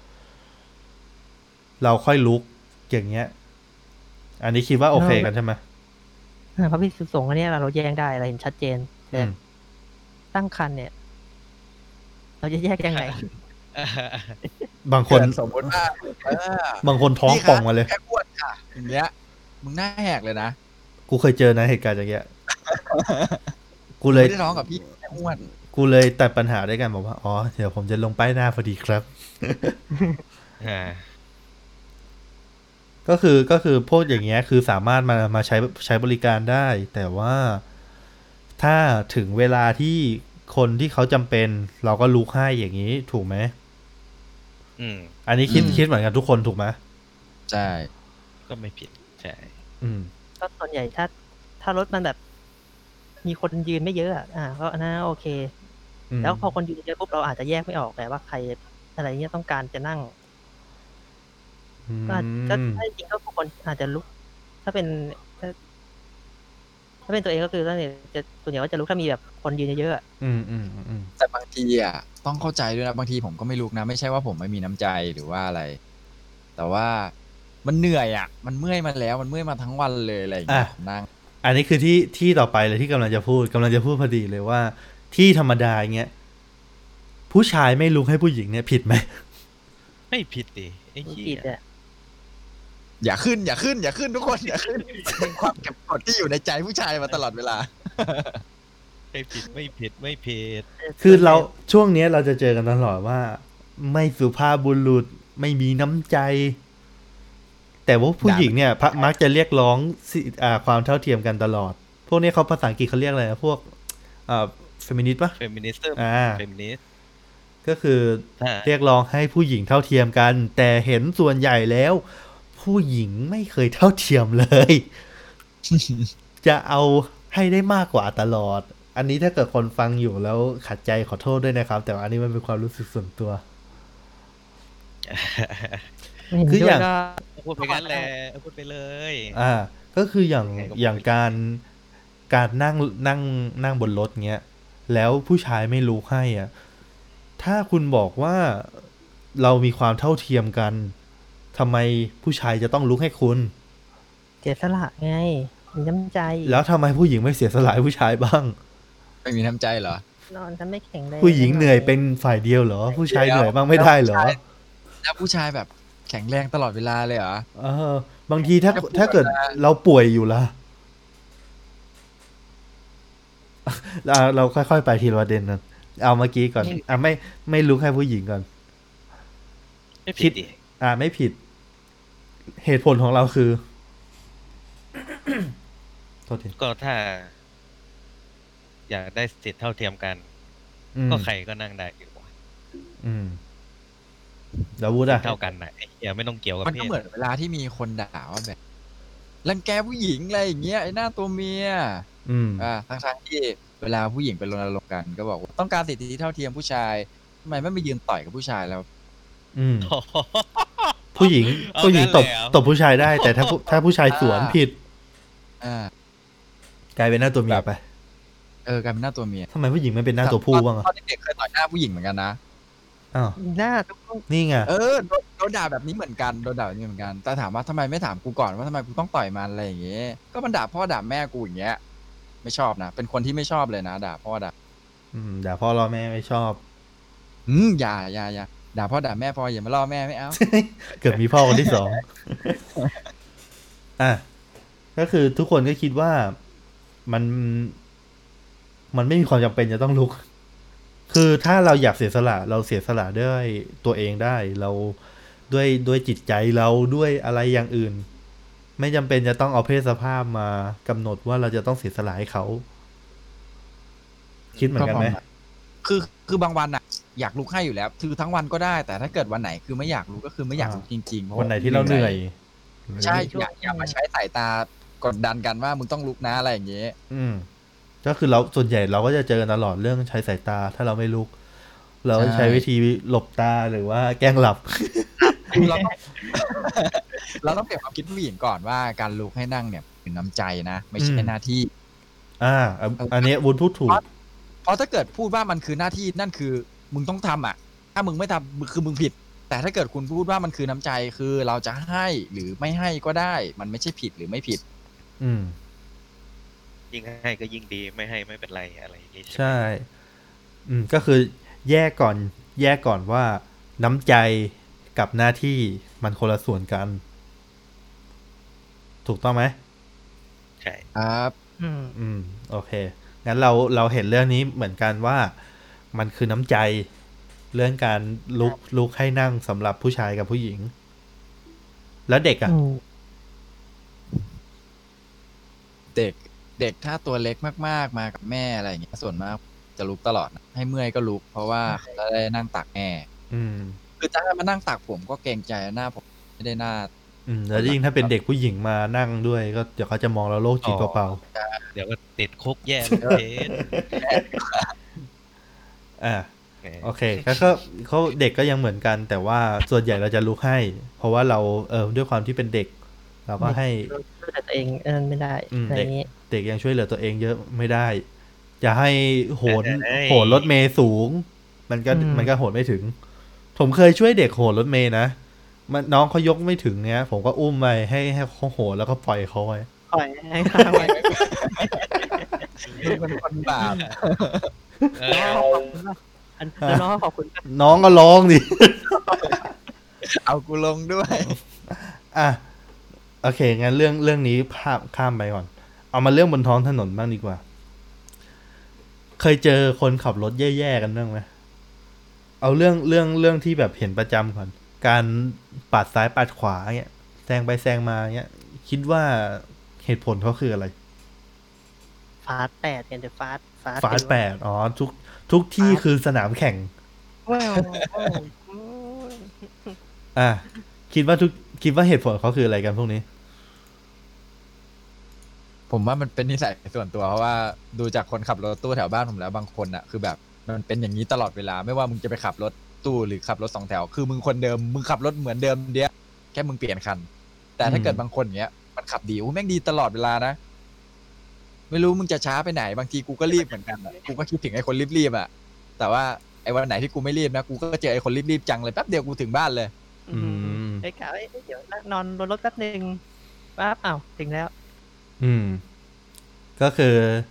เราค่อยลุกอย่างเงี้ย อันนี้คิดว่าโอเคกันใช่ไหมอ่าเพราะพี่สุสงฆ์อันเนี้ยเราแยกได้เราเห็นชัดเจนอืแต่มตั้งครรภ์เนี่ย เราจะแยกยังไงบางคเกินดสมมติว่าเออบางคนท้องป่องมาเลยแค่อ้วนค่ะอย่างเงี้ยมึงหน้าแหกเลยนะกูเคยเจอนะเหตุการณ์อย่างเงี้ย กูเลยไม่ได้ร้องกับพี่แค่อ้วนกูเลยตัดปัญหาด้วยกันบอกว่า อ๋อ เดี๋ยวผมจะลงป้ายหน้าพอดีครับอ่าก็คือก็คือพวกอย่างเงี้ยคือสามารถมามาใช้ใช้บริการได้ แต่ว่าถ้าถึงเวลาที่คนที่เขาจำเป็น เราก็ลุกให้อย่างนี้ถูกไหมอืมอันนี้คิดคิดเหมือนกันทุกคนถูกไหมใช่ก็ไม่ผิด ใช่อืมก็ส่วนใหญ่ถ้าถ้ารถมันแบบ มีคนยืนไม่เยอะอะอ่าก็อันนั้นโอเคอืมแล้วพอคนยืนเยอะปุ๊บเราอาจจะแยกไม่ออกแต่ว่าใครอะไรเงี้ยต้องการจะนั่งอืมก็อาจก็ถ้าจริงๆก็คนอาจจะลุก ถ้าเป็นถ้าถ้าเป็นตัวเองก็คือส่วนใหญ่จะส่วนใหญ่ว่าจะลุกถ้ามีแบบคนยืนเยอะๆอะอืมอืมอืมแต่บางทีอ่ะต้องเข้าใจด้วยนะบางทีผมก็ไม่ลุกนะไม่ใช่ว่าผมไม่มีน้ำใจหรือว่าอะไร แต่ว่ามันเหนื่อยอ่ะ มันเมื่อยมาแล้วมันเมื่อยมาทั้งวันเลยอะไรอย่างเงี้ยนั่งอันนี้คือที่ที่ต่อไปเลยที่กำลังจะพูดกำลังจะพูดพอดีเลยว่า ที่ธรรมดาอย่างเงี้ยผู้ชายไม่ลุกให้ผู้หญิงเนี่ยผิดไหมไม่ผิดดิไอ้มันเหี้ผิดยอ่ะอย่าขึ้นอย่าขึ้นอย่าขึ้นทุกคนอย่าขึ้นเป็นความเก็บกดที่อยู่ในใจผู้ชายมาตลอดเวลาไม่ผิดไม่ผิดไม่ผิดคือเราช่วงเนี้ยเราจะเจอกันตลอดว่า ไม่สุภาพบุรุษไม่มีน้ำใจ แต่ว่าผู้หญิงเนี่ยพะมักจะเรียกร้องสิอ่าความเท่าเทียมกันตลอด พวกนี้เขาภาษาอังกฤษเขาเรียกอะไรนะพวกอ่าเฟมินิสต์ปะเฟมินิสต์อ่าเฟมินิสต์ก็คือถ้าเรียกร้องให้ผู้หญิงเท่าเทียมกัน แต่เห็นส่วนใหญ่แล้ว ผู้หญิงไม่เคยเท่าเทียมเลย จะเอาให้ได้มากกว่าตลอด อันนี้ถ้าเกิดคนฟังอยู่แล้วขัดใจขอโทษด้วยนะครับ แต่ว่าอันนี้มันเป็นความรู้สึกส่วนตัวไม่เห็นคือด้อวยย่างก็พูดไปงั้นแหละพูดไปเลยอ่า ก็คืออย่างยังไงก็อย่างการการนั่งนั่งนั่งบนรถเงี้ย แล้วผู้ชายไม่ลุกให้อ่ะ ถ้าคุณบอกว่าเรามีความเท่าเทียมกันทำไมผู้ชายจะต้องลุกให้คุณเสียสละไงมีน้ำใจแล้วทำไมผู้หญิงไม่เสียสละให้ผู้ชายบ้างไม่มีน้ำใจเหรอนอนฉันไม่แข็งแรงผู้หญิงเหนื่อยเป็นฝ่ายเดียวเหรอ ผู้ชายเหนื่อยบ้างไม่ได้เหรอแล้วผู้ชายแบบแข็งแรงตลอดเวลาเลยเหรอเออบางทีถ้าแล้วผู้ถ้าเกิดเวลาเราป่วยอยู่ล่ะ อ่ะเราค่อยๆไปทีละประเด็นนั้นเอาเมื่อกี้ก่อนอ่ะไม่ไม่ลุกให้ผู้หญิงก่อนไม่ผิดดิอ่าไม่ผิด เหตุผลของเราคือ โทษทีก็ถ้า อยากได้สิทธิเท่าเทียมกันอืมก็ใครก็นั่งได้อยู่อืมแล้ววุฒิอ่ะเท่ากันนะอย่าไม่ต้องเกี่ยวกับมันเพก็ศเหมือนเวลาที่มีคนด่าว่าแบบรังแกผู้หญิงอะไรอย่างเงี้ยไอ้หน้าตัวเมียอืมอ่าทั้งๆที่เวลาผู้หญิงไปรณรงค์กันก็บอกว่าต้องการสิทธิเท่าเทียมผู้ชายทำไมไม่ไปยืนต่อยกับผู้ชายแล้วอืม ผู้หญิงเอาผู้หญิงตบงั้นเลยเหรอตบผู้ชายได้ แต่ถ้าผู้ถ้าผู้ชายสวนอ่าผิดอ่ากลายเป็นหน้าตัวเมียไปเออกลายเป็นหน้าตัวเมียทำไมผู้หญิงไม่เป็นหน้าตัวผู้บ้างอ่ะตอนเด็กๆเคยต่อยหน้าผู้หญิงเหมือนกันนะอ้าวหน้าต้องนี่ไงเออโดนโดนด่าแบบนี้เหมือนกันโดนด่าแบบนี้เหมือนกันแต่ถามว่าทำไมไม่ถามกูก่อนว่าทำไมกูต้องต่อยมันอะไรอย่างเงี้ยก็มันด่าพ่อด่าแม่กูอย่างเงี้ยไม่ชอบนะเป็นคนที่ไม่ชอบเลยนะด่าพ่อด่าอืมด่าพ่อรอแม่ไม่ชอบอืมอย่าอย่าอย่าด่าพ่อด่าแม่พออย่ามาล่อแม่ไม่เอาเกือบมีพ่อคนที่สอง อ่ะ ก็คือทุกคนก็คิดว่ามัน มันไม่มีความจำเป็นจะต้องลุก คือถ้าเราอยากเสียสละ เราเสียสละด้วยตัวเองได้ เราด้วยด้วยจิตใจเราด้วยอะไรอย่างอื่น ไม่จำเป็นจะต้องเอาเพศสภาพมากำหนดว่าเราจะต้องเสียสละให้เขา คิดเหมือนกันไหมคือคือบางวันอะอยากลุกให้อยู่แล้ว คือทั้งวันก็ได้ แต่ถ้าเกิดวันไหนคือไม่อยากลุกก็คือไม่อยากลุกจริงๆเพราะวันไหนที่เราเหนื่อยใช่อย่าอย่ามาใช้สายตากดดันกันว่ามึงต้องลุกนะอะไรอย่างเงี้ยอืม ก็คือเราส่วนใหญ่เราก็จะเจอกันตลอดเรื่องใช้สายตา ถ้าเราไม่ลุก เราก็ใช้วิธีหลบตาหรือว่าแกล้งหลับคือเราต้อง เราต้องเปลี่ยนความคิดผู้หญิงก่อนว่าการลุกให้นั่งเนี่ยเป็นน้ำใจนะ ไม่ใช่อืมหน้าที่อ่าอันอันนี้วุฒิพูดถูกเพราะถ้าเกิดพูดว่ามันคือหน้าที่นั่นคือมึงต้องทำอ่ะ ถ้ามึงไม่ทำคือมึงผิด แต่ถ้าเกิดคุณพูดว่ามันคือน้ำใจคือเราจะให้หรือไม่ให้ก็ได้ มันไม่ใช่ผิดหรือไม่ผิดอืมยิ่งให้ก็ยิ่งดีไม่ให้ไม่เป็นไรอะไรอย่างงี้ใช่ไหมใช่ อืม ก็คือแยกก่อน แยกก่อนว่าน้ำใจกับหน้าที่มันคนละส่วนกัน ถูกต้องไหมใช่ครับอืมอืม โอเค งั้นเราเราเห็นเรื่องนี้เหมือนกันว่ามันคือน้ำใจ เรื่องการลุกลุกให้นั่งสำหรับผู้ชายกับผู้หญิง แล้วเด็กอ่ะอืมเด็กเด็กถ้าตัวเล็กมากๆมากับแม่อะไรอย่างเงี้ยส่วนมากจะลุกตลอดนะให้เมื่อยก็ลุก เพราะว่าเขาจะได้นั่งตักแม่อืมคือถ้าให้มานั่งตักผมก็เกรงใจหน้าผมไม่ได้หน้าอืม แล้วยิ่งถ้าเป็นเด็กผู้หญิงมานั่งด้วย ก็เดี๋ยวเขาจะมองเราโรคจิตเปล่าเดี๋ยวก็ติดคุกแย่เลยเพศๆอ่า โอเคก็ก็เขาเด็กก็ยังเหมือนกัน แต่ว่าส่วนใหญ่เราจะลุกให้ เพราะว่าเราเออด้วยความที่เป็นเด็ก เราก็ให้ช่วยเหลือตัวเองเออไม่ได้อืมอะไรอย่างงี้เด็กยังช่วยเหลือตัวเองเยอะไม่ได้ จะให้โหนเอ้ยโหนรถเมย์สูง มันก็อืมมันก็โหนไม่ถึง ผมเคยช่วยเด็กโหนรถเมย์นะมันน้องเขายกไม่ถึงเนี้ย ผมก็อุ้มไปให้ให้เขาโหนแล้วก็ปล่อยเขาไว้ปล่อยให้ข้างไว้เป็นคนบาปเอน้อองขอบคุณป่ะอันแล้วน้องขอบคุณป่ะน้องก็ร้องดิเอากูลงด้วยอ่ะโอเค งั้นเรื่องเรื่องนี้ภาพข้ามไปก่อน เอามาเรื่องบนท้องถนนบ้างดีกว่า เคยเจอคนขับรถแย่ๆกันบ้างไหมเอาเรื่องเรื่องเรื่องที่แบบเห็นประจำก่อน การปาดซ้ายปาดขวาเงี้ยแซงไปแซงมาเงี้ย คิดว่าเหตุผลเขาคืออะไรฟาสแปดเนี่ยเดี๋ยวฟาสฟาสฟาสแปดอ๋อ ทุกทุกที่คือสนามแข่งมว้าวอ่ะคิดว่าทุกคิดว่าเหตุผลเขาคืออะไรกันพวกนี้ผมว่ามันเป็นนิสัยส่วนตัวเพราะว่าดูจากคนขับรถตู้แถวบ้านผมแล้วบางคนอ่ะคือแบบมันเป็นอย่างนี้ตลอดเวลาไม่ว่ามึงจะไปขับรถตู้หรือขับรถสองแถวคือมึงคนเดิมมึงขับรถเหมือนเดิมเดียวแค่มึงเปลี่ยนคัน แต่ถ้าเกิดบางคนเนี้ยมันขับดีโอ้แม่งดีตลอดเวลานะไม่รู้มึงจะช้าไปไหนบางทีกูก็รีบเหมือนกันอะกูก็คิดถึงไอ้คนรีบๆอ่ะแต่ว่าไอ้วันไหนที่กูไม่รีบนะกูก็เจอไอ้คนรีบๆจังเลยแป๊บเดียวกูถึงบ้านเลยอืมไอ้กะไอ้เดี๋ยวนอนบนรถแป๊บนึงปั๊บอ้าวถึงแล้วอืม ก็คือ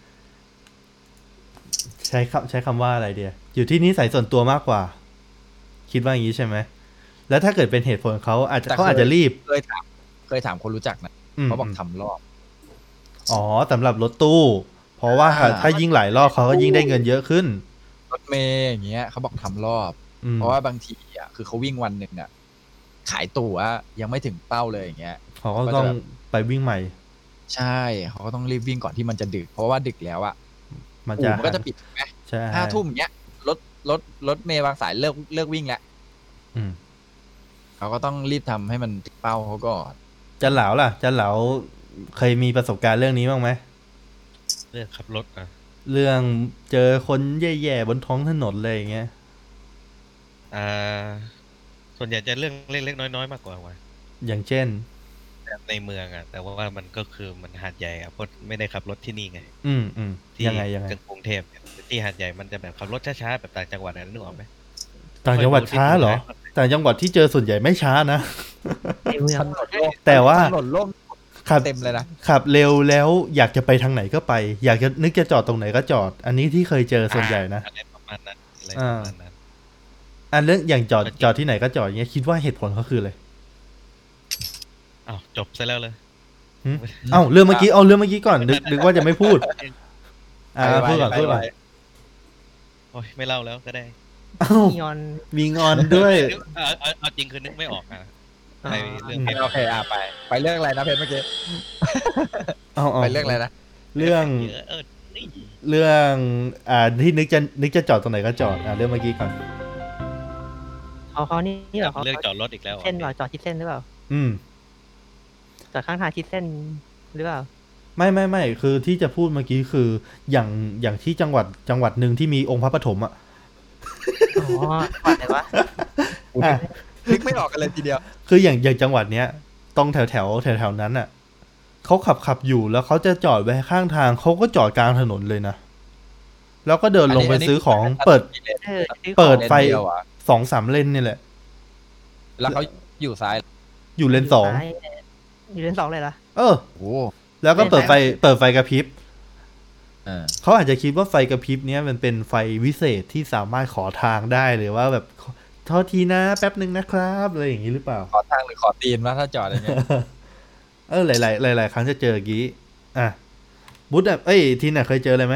ใช้คำใช้คำว่าอะไรเดียอยู่ที่นิสัยส่วนตัวมากกว่า คิดว่าอย่างนี้ใช่ไหมแล้วถ้าเกิดเป็นเหตุผลเขาอาจจะแต่เขาอาจจะรีบเคยถามเคยถามคนรู้จักนะอืมเขาบอกทำรอบอ๋อสำหรับรถตู้ เพราะว่าอ่าถ้ายิ่งหลายรอบเขาก็ยิ่งได้เงินเยอะขึ้นรถเมย์อย่างเงี้ยเขาบอกทำรอบอืมเพราะว่าบางทีอ่ะคือเขาวิ่งวันหนึ่งอ่ะขายตั๋วยังไม่ถึงเป้าเลยอย่างเงี้ยเขาก็ต้องไปวิ่งใหม่ใช่เขาก็ต้องรีบวิ่งก่อนที่มันจะดึก เพราะว่าดึกแล้วอ่ะมันอู่จะมันก็จะปิดถูกไหมใช่ห้าทุ่มเงี้ยรถรถรถเมย์บางสายเลิกเลิกวิ่งแล้วอืมเขาก็ต้องรีบทำให้มันถึงเป้าเขาก่อนจันเหลาล่ะจันเหลาเคยมีประสบการณ์เรื่องนี้บ้างไหมเรื่องขับรถอ่ะเรื่องเจอคนแย่ๆบนท้องถนนเลยอย่างเงี้ยอ่า ส่วนใหญ่จะเรื่องเล็กๆน้อยๆมากกว่าว่ะอย่างเช่นในเมืองอ่ะ แต่ว่ามันก็คือมันหาดใหญ่อ่ะเพราะไม่ได้ขับรถที่นี่ไงอืมอืมที่ยังไงยังไงกรุงเทพเนี่ยที่หาดใหญ่มันจะแบบขับรถช้าๆแบบต่างจังหวัดนะนึกออกไหมต่างจังหวัดช้าเหรอ ต่างจังหวัดที่เจอส่วนใหญ่ไม่ช้านะในเมืองถนนโล่งแต่ว่าถนนโล่งขับเต็มเลยนะขับเร็วแล้วอยากจะไปทางไหนก็ไป อยากจะนึกจะจอดตรงไหนก็จอด อันนี้ที่เคยเจอส่วนใหญ่นะอะไรประมาณนั้นอะไรประมาณนั้นอันเรื่องอย่างจอดก็จริงจอดที่ไหนก็จอดอย่างเงี้ยคิดว่าเหตุผลเขาคืออะไรอ้าวจบซะแล้วเลยหึเอ้าเรื่องเมื่อกี้เอาเรื่องเมื่อกี้ก่อนนึกนึกว่าจะไม่พูด อ่าไปไว้พูดก่อนไปพูดก่อนไว้โอ้ยไม่เล่าแล้วก็ได้เอ้ามีออนมีงอนด้วยเอาเอาเอาจริงคือนึกไม่ออกอ่ะไปเรื่องอืมเพชรโอเคอ่ะไป ไปเรื่องอะไรนะเพชรเมื่อกี้เอาเอาไปเรื่องอะไรนะเรื่องเยอะเออนี่เรื่องอ่าที่นึกจะนึกจะจอดตรงไหนก็จอดอ่าเรื่องเมื่อกี้ก่อนเขาเขานี่เหรอเขาเรื่องจอดรถอีกแล้วเส้นเปล่าจอดชิดเส้นหรือเปล่าอืมจอดข้างทางชิดเส้นหรือเปล่าไม่ไม่ไม่คือที่จะพูดเมื่อกี้คืออย่างอย่างที่จังหวัดจังหวัดหนึ่งที่มีองค์พระปฐมอ่ะอ๋อวัดไหนวะอ่ะนึกไม่ออกกันเลยทีเดียวคืออย่างอย่างจังหวัดเนี้ยตรงแถวแถวแถวแถวนั้นอ่ะเขาขับขับอยู่แล้วเขาจะจอดไว้ข้างทางเขาก็จอดกลางถนนเลยนะแล้วก็เดินลงไปซื้อของเปิดเออซื้อของเปิดไฟเลนเดียวอะสองสามเลนนี่แหละแล้วเขาอยู่ซ้ายอยู่เลนสองซ้ายอยู่เลนสองเลยเหรอเออโอ้แล้วก็เปิดไฟเลนซ้ายเปิดไฟกระพริบเออเขาอาจจะคิดว่าไฟกระพริบเนี้ยมันเป็นไฟวิเศษที่สามารถขอทางได้หรือว่าแบบโทษทีนะแป๊บหนึ่งนะครับอะไรอย่างนี้หรือเปล่าขอทางหรือขอตีนว่าถ้าจอดอย่างเงี้ยเออหลายๆหลายๆครั้งจะเจออย่างนี้อ่ะบุ๊ดเอ้ยทีน่ะเคยเจออะไรไหม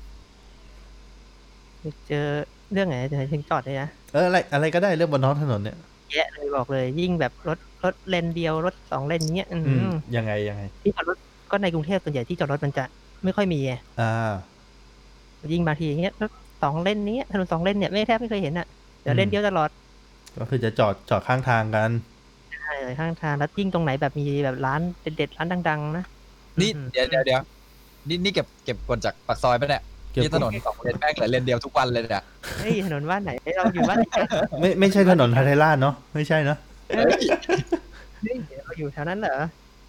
เจอเรื่องไหนเดี๋ยวถึงจอดเลยนะเอออะไรอะไรก็ได้เรื่องบนท้องถนนเนี่ยแยะเลยบอกเลย ยิ่งแบบรถรถเลนเดียวรถสองเลนเงี้ยอือืมมยังไงยังไงที่จอดรถก็ในกรุงเทพส่วนใหญ่ที่จอดรถมันจะไม่ค่อยมีไงอ่ายิ่งบางทีอย่างเงี้ยรถสองเลนนี้ถนนสองเลนเนี่ยไม่แทบไม่เคยเห็นอ่ะเดี๋ยวเลนเดียวตลอดก็คือจะจอดจอดข้างทางกันใช่เลยข้างทางแล้วยิ่งตรงไหนแบบมีแบบร้านเด็ดๆร้านดังๆนะนี่อืมเดี๋ยวเดี๋ยวเดี๋ยวนี่นี่เก็บเก็บกดจากปากซอยปะเนี่ยเก็บนี่ถนนสองเลนแม่งเหลือเลนเดียวทุกวันเลยเนี่ยเฮ้ยถนนบ้านไหนเราอยู่บ้านไหนกันไม่ไม่ใช่ถนนไทยราชเนาะไม่ใช่เนาะเฮ้ยเฮ้ยเราอยู่แถวนั้นเหรอ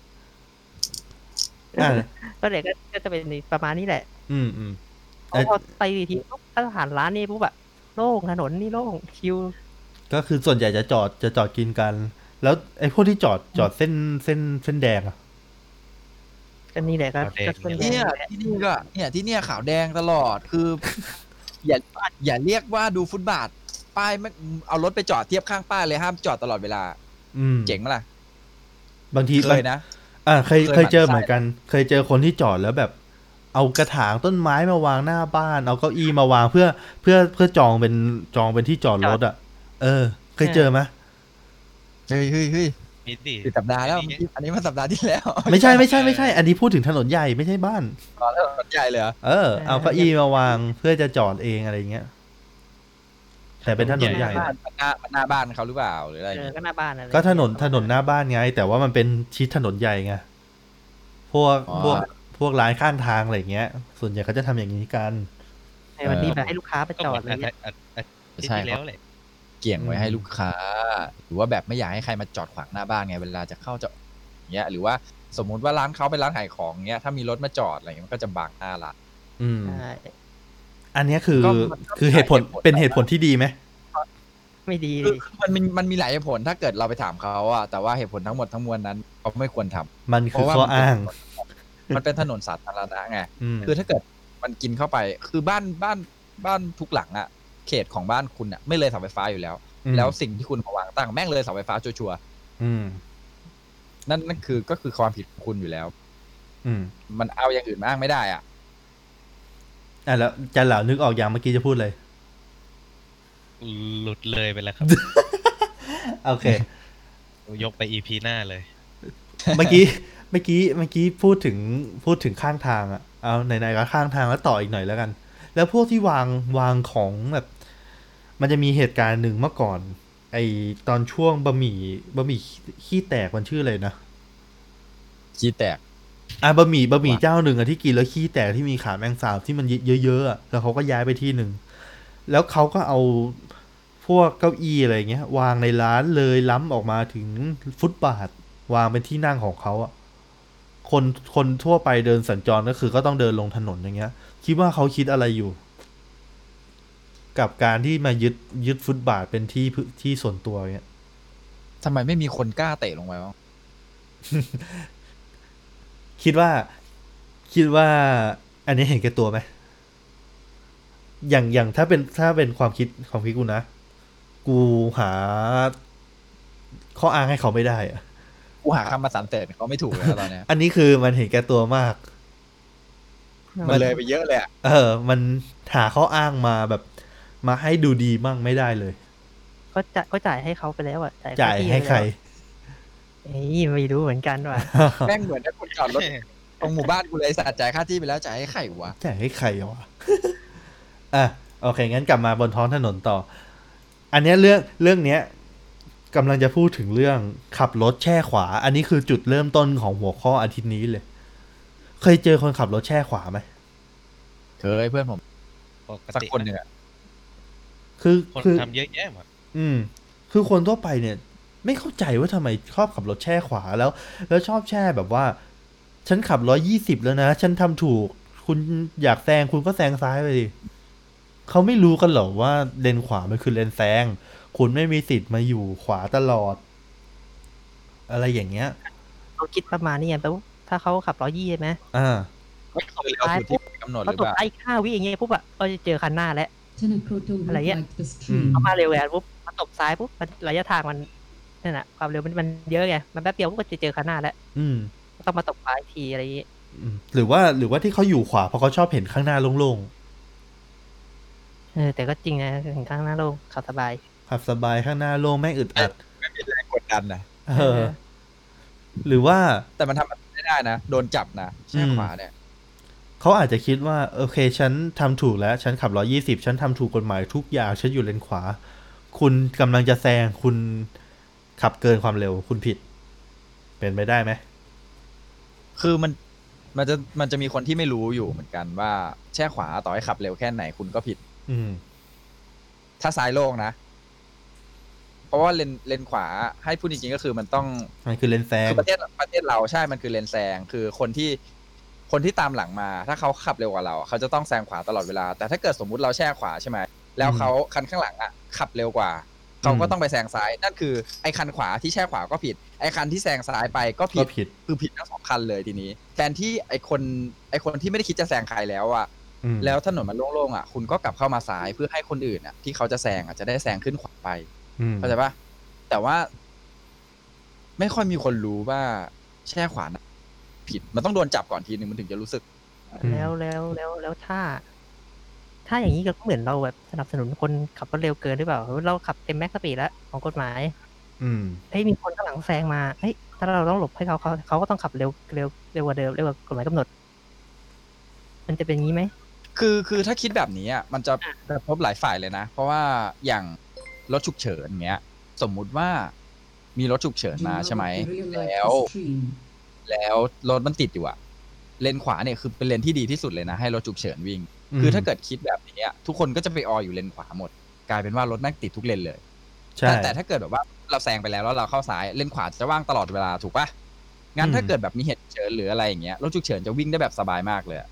อ่าก็เด็กก็จะเป็นประมาณนี้แหละอืมอืมพอพอไปทีปุ๊บถ้าผ่านร้านนี่ปุ๊บแบบโล่งถนนนี่โล่งชิวก็คือส่วนใหญ่จะจอดจะจอดกินกัน แล้วไอ้พวกที่จอดจอดเส้นเส้นเส้นแดงอะก็นี่แหละก็ขาวแดงก็ส่วนใหญ่เนี่ยที่นี่ก็เนี่ยที่เนี่ยขาวแดงตลอดคือ อย่าอย่าเรียกว่าดูฟุตบาท ป้ายไม่เอารถไปจอดเทียบข้างป้ายเลยห้ามจอดตลอดเวลาอืมเจ๋งไหมล่ะบางทีเคยนะอ่าเคยเคยเคยเจอหมั่นไส้เหมือนกัน เคยเจอคนที่จอดแล้วแบบ เอากระถางต้นไม้มาวางหน้าบ้าน เอาเก้าอี้มาวางเพื่อเพื่อเพื่อจองเป็นจองเป็นที่จอดรถอ่ะ เออ เคยเจอไหมเฮ้ยเฮ้ยเฮ้ยมีสิปิดสัปดาห์แล้วอันนี้มันสัปดาห์ที่แล้วไม่ใช่ไม่ใช่ไม่ใช่ อันนี้พูดถึงถนนใหญ่ไม่ใช่บ้านตอนแล้วสนใจเลยเหรอเออ เอาเก้าอี้มาวางเพื่อจะจอดเองอะไรเงี้ยแต่เป็นถนนใหญ่บ้านมันหน้ามันหน้าบ้านเขาหรือเปล่าหรืออะไรเออก็หน้าบ้านอะไรก็ถนนถนนหน้าบ้านไง แต่ว่ามันเป็นชิดถนนใหญ่ไงพวกพวกพวกร้านข้างทางอะไรเงี้ย ส่วนใหญ่เขาจะทำอย่างนี้กันในวันนี้แบบให้ลูกค้าไปก็จอเหมืดอนอะไรอาเงี้ยอาอาอาทิตย์ใช่ที่ครัแล้บวแหละเกี่ยงไว้ให้ลูกค้า หรือว่าแบบไม่อยากให้ใครมาจอดขวางหน้าบ้านไงเวลาจะเข้าจะอย่างเงี้ยหรือว่าสมมุติว่าร้านเขาเป็นร้านขายของเงี้ยถ้ามีรถมาจอดอะไรเงี้ยมันก็จะบังหน้าร้านอืมใช่อันเนี้ยคือก็มันก็คือเหตุผลหลายเหตุผลเป็นเหตุผลที่ดีไหมไม่ดีคือมันมีมันมีหลายเหตุผลถ้าเกิดเราไปถามเขาอะแต่ว่าเหตุผลทั้งหมดทั้งมวลนั้นเขาไม่ควรทำมันเพคือราะว่าข้อมันเป็นอ้างมันเป็นถนนสาธารณะไงอืมคือถ้าเกิดมันกินเข้าไป คือบ้านบ้านบ้านทุกหลังอะเขตของบ้านคุณอะไม่เลยเสาไฟฟ้าอยู่แล้วอืมแล้วสิ่งที่คุณมาวางตั้งแม่งเลยเสาไฟฟ้าชัวร์อืมๆนั่นนั่นคือก็คือความผิดของคุณอยู่แล้วอืมมันเอาอย่างอื่นมาอ้างไม่ได้อ่ะอ่ะแล้วจันเหล่านึกออกอย่างเมื่อกี้จะพูดเลยหลุดเลยไปแล้วครับโอเคยกไปอีพีหน้าเลยเมื่อกี้เมื่อกี้เมื่อกี้พูดถึงพูดถึงข้างทางอะเอาไหนๆก็ข้างทางแล้วต่ออีกหน่อยแล้วกัน แล้วพวกที่วางวางของแบบ มันจะมีเหตุการณ์หนึ่งเมื่อก่อน ไอตอนช่วงบะหมี่บะหมี่ขี้แตกมันชื่ออะไรนะขี้แตกอ่ะบะหมี่บะหมี่เจ้าหนึ่งอะที่กินแล้วขี้แตกที่มีขาแมงสาบที่มันเยอะๆอะแล้วเขาก็ย้ายไปที่หนึ่งแล้วเขาก็เอาพวกเก้าอี้อะไรเงี้ยวางในร้านเลยล้ำออกมาถึงฟุตบาท วางเป็นที่นั่งของเขาอะคนคนทั่วไปเดินสัญจรก็คือก็ต้องเดินลงถนนอย่างเงี้ย คิดว่าเขาคิดอะไรอยู่ กับการที่มายึดยึดฟุตบาทเป็นที่พื้นที่ส่วนตัวเงี้ยทำไมไม่มีคนกล้าเตะลงไปวะคิดว่า คิดว่า อันนี้เห็นแก่ตัวไหมอย่างอย่างถ้าเป็นถ้าเป็นความคิดความคิดกูนะ กูหา ข้ออ้างให้เขาไม่ได้อะกูหาคำมาสรรเสริญเขาไม่ถูกเลยนะตอนเนี้ยอันนี้คือมันเห็นแก่ตัวมากมันเลยไปเยอะเลยอะเออ มันหาข้ออ้างมาแบบ มาให้ดูดีมั่งไม่ได้เลยก็จ่ายก็จ่ายให้เขาไปแล้วอ่ะจ่ายให้ใครเอ้ยไม่รู้เหมือนกันว่ะแม่งเหมือนถ้าคุณจอดรถตรงหมู่บ้านกูเลยสัตว์จ่ายค่าที่ไปแล้วจ่ายให้ใครวะจ่ายให้ใครวะ อ่ะโอเค งั้นกลับมาบนท้องถนนต่อ อันเนี้ยเรื่องเรื่องเนี้ยกำลังจะพูดถึงเรื่องขับรถแช่ขวา อันนี้คือจุดเริ่มต้นของหัวข้ออาทิตย์นี้เลย เคยเจอคนขับรถแช่ขวาไหมเคยเพื่อนผมปกสักติคนหนึ่งอะคือคนคือทำเยอะแยะหมดอืม คือคนทั่วไปเนี่ย ไม่เข้าใจว่าทำไมชอบขับรถแช่ขวาแล้ว แล้วชอบแช่แบบว่า ฉันขับร้อยยี่สิบแล้วนะ ฉันทำถูก คุณอยากแซงคุณก็แซงซ้ายไปดิเขาไม่รู้กันหรอว่าเลนขวามันคือเลนแซง คุณไม่มีสิทธิ์มาอยู่ขวาตลอด อะไรอย่างเงี้ยเขาคิดประมาณนี้ไงแปลว่าถ้าเขาขับร้อยยี่ใช่ไหมอ่าไม่คือเร็วสุดที่กำหนดหเขารือตเปกล่าไอ้ห้าวิอย่างเงี้ยปุ๊บอ่ะก็จะเจอคันหน้าแล้วอะไรอะไรเงี้เงี้ยยอืมเขามาเร็วไงปุ๊บมาตบซ้ายปุ๊บมันระยะทางมันนั่นแหละความเร็วมันมันเยอะไงมันแป๊บเดียวปุ๊บก็จะเจอคันหน้าแล้วอืมก็ต้องมาตบซ้ายทีอะไรอย่างงี้อืมหรือว่าหรือว่าที่เขาอยู่ขวาเพราะเขาชอบเห็นข้างหน้าโล่งเออแต่ก็จริงนะถึงข้างหน้าโล่งขับสบายๆขับสบายข้างหน้าโล่งแม่งอึดอัดไม่มีแรงกดดันนะเออ หรือว่าแต่มันทำไม่ได้นะโดนจับนะแช่ขวาเนี่ยเขาอาจจะคิดว่าโอเคฉันทำถูกแล้ว ฉันขับร้อยยี่สิบฉันทำถูกกฎหมายทุกอย่างฉันอยู่เลนขวา คุณกำลังจะแซงคุณขับเกินความเร็ว คุณผิด เป็นไปได้ไหมคือมันมันจะมันจะมีคนที่ไม่รู้อยู่เหมือนกันว่าแช่ขวาต่อให้ขับเร็วแค่ไหนคุณก็ผิดอืมถ้าซ้ายโล่งนะ เพราะว่าเลนเลนขวาให้พูดจริงๆก็คือมันต้องมันคือเลนแซงคือประเทศประเทศเราใช่มันคือเลนแซงคือคนที่คนที่ตามหลังมา ถ้าเขาขับเร็วกว่าเรา เขาจะต้องแซงขวาตลอดเวลา แต่ถ้าเกิดสมมุติเราแช่ขวาใช่ไหมแล้วเขาคันข้างหลังอ่ะขับเร็วกว่าเขาก็ต้องไปแซงซ้ายนั่นคือไอ้คันขวาที่แช่ขวาก็ผิดไอ้คันที่แซงซ้ายไปก็ผิก็ดผิดคือผิดทั้งสองคันเลยทีนี้แทนที่ไอคนไอคนที่ไม่ได้คิดจะแซงใครแล้วอ่ะอืมแล้วถนนมันโล่งๆอ่ะคุณก็กลับเข้ามาซ้ายเพื่อให้คนอื่นอ่ะที่เขาจะแซงอ่ะจะได้แซงขึ้นขวาไปอืมเข้าใจปะแต่ว่า ไม่ค่อยมีคนรู้ว่าแช่ขวานะผิดมันต้องโดนจับก่อนทีนึงมันถึงจะรู้สึกแล้วแล้วแล้วแล้วถ้า ถ้าอย่างนี้ก็เหมือนเราแบบสนับสนุนคนขับรถเร็วเกินหรือเปล่าเราขับเต็มแม็กซ์สปีดแล้วของกฎหมายอืมเฮ้ยมีคนข้างหลังแซงมาเฮ้ยถ้าเราต้องหลบให้เขาเขาเขาก็ต้องขับเร็วเร็วเร็วกว่าเดิมเร็วกว่ากฎหมายกำหนด มันจะเป็นงี้ไหมคือคือถ้าคิดแบบนี้อ่ะมันจะกระทบหลายฝ่ายเลยนะ เพราะว่าอย่างรถฉุกเฉินเงี้ย สมมุติว่ามีรถฉุกเฉินมาใช่ไหมแล้วแล้วรถมันติดอยู่อะเลนขวาเนี่ยคือเป็นเลนที่ดีที่สุดเลยนะให้รถฉุกเฉินวิ่ง คือถ้าเกิดคิดแบบนี้ทุกคนก็จะไปอออยู่เลนขวาหมด กลายเป็นว่ารถแม่งติดทุกเลนเลยแต่แต่ถ้าเกิดแบบว่าเราแซงไปแล้วแล้วเราเข้าซ้ายเลนขวาจะว่างตลอดเวลาถูกปะงั้นถ้าเกิดแบบมีเหตุฉุกเฉินหรืออะไรอย่างเงี้ยรถฉุกเฉินจะวิ่งได้แบบสบายมากเลย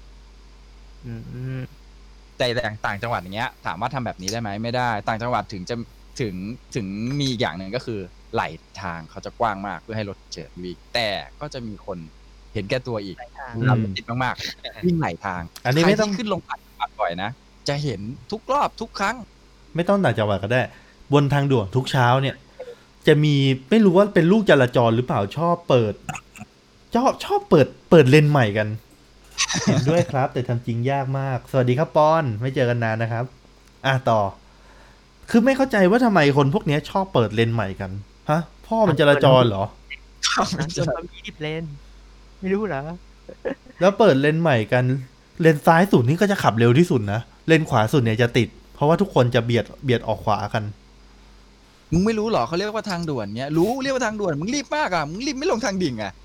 แต่ต่างจังหวัดอย่างเงี้ยถามว่าทำแบบนี้ได้ไหมไม่ได้ต่างจังหวัดถึงจะถึงถึงมีอีกอย่างหนึ่งก็คือไหลทางเขาจะกว้างมากเพื่อให้รถเฉินวิ่งแต่ก็จะมีคนเห็นแก่ตัวอีกเราติดมากๆวิ่งไหลทางอันนี้ไม่ต้องขึ้นลงต่างจังหวัดบ่อยนะจะเห็นทุกรอบทุกครั้งไม่ต้องต่างจังหวัดก็ได้บนทางด่วนทุกเช้าเนี่ยจะมีไม่รู้ว่าเป็นลูกจราจรหรือเปล่าชอบเปิดชอบชอบเปิดเปิดเลนใหม่กันเห็นด้วยครับแต่ทำจริงยากมากสวัสดีครับปอนไม่เจอกันนานนะครับอ่ะต่อคือไม่เข้าใจว่าทำไมคนพวกนี้ชอบเปิดเลนใหม่กันฮะพ่อมันจราจรเหรอจนมันมีสิบเลนไม่รู้เหรอแล้วเปิดเลนใหม่กันเลนซ้ายสุดนี่ก็จะขับเร็วที่สุดนะเลนขวาสุดเนี่ยจะติดเพราะว่าทุกคนจะเบียดเบียดออกขวากันมึงไม่รู้หรอเขาเรียกว่าทางด่วนเนี้ยรู้เรียกว่าทางด่วนมึงรีบมากอ่ะมึงรีบไม่ลงทางดิ่งอ่ะ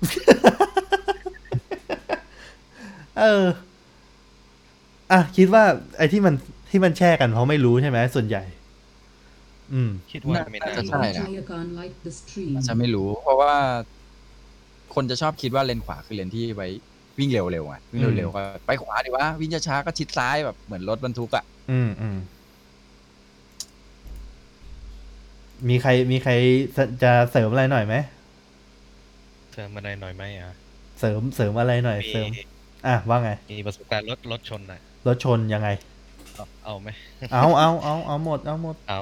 เอออ่ะคิดว่าไอ้ที่มันที่มันแช่กันเพราะไม่รู้ใช่ไหมส่วนใหญ่อืมคิดว่าไม่น่าใช่นะจะไม่รู้เพราะว่าคนจะชอบคิดว่าเลนขวาคือเลนที่ไว้วิ่งเร็วๆอ่ะวิ่งเร็วๆก็ไปขวาดีวะวิ่งช้าๆก็ชิดซ้ายแบบเหมือนรถบรรทุกอ่ะอืมอืมมีใครมีใครจะเสริมอะไรหน่อยไหมเสริมอะไรหน่อยไหมอ่ะเสริมเสริมอะไรหน่อยเสริมอ่ะว่าไงมีประสบการณ์รถรถชนอ่ะรถชนยังไงเอาไหมเอาเอาเอาเอาหมดเอาหมดเอา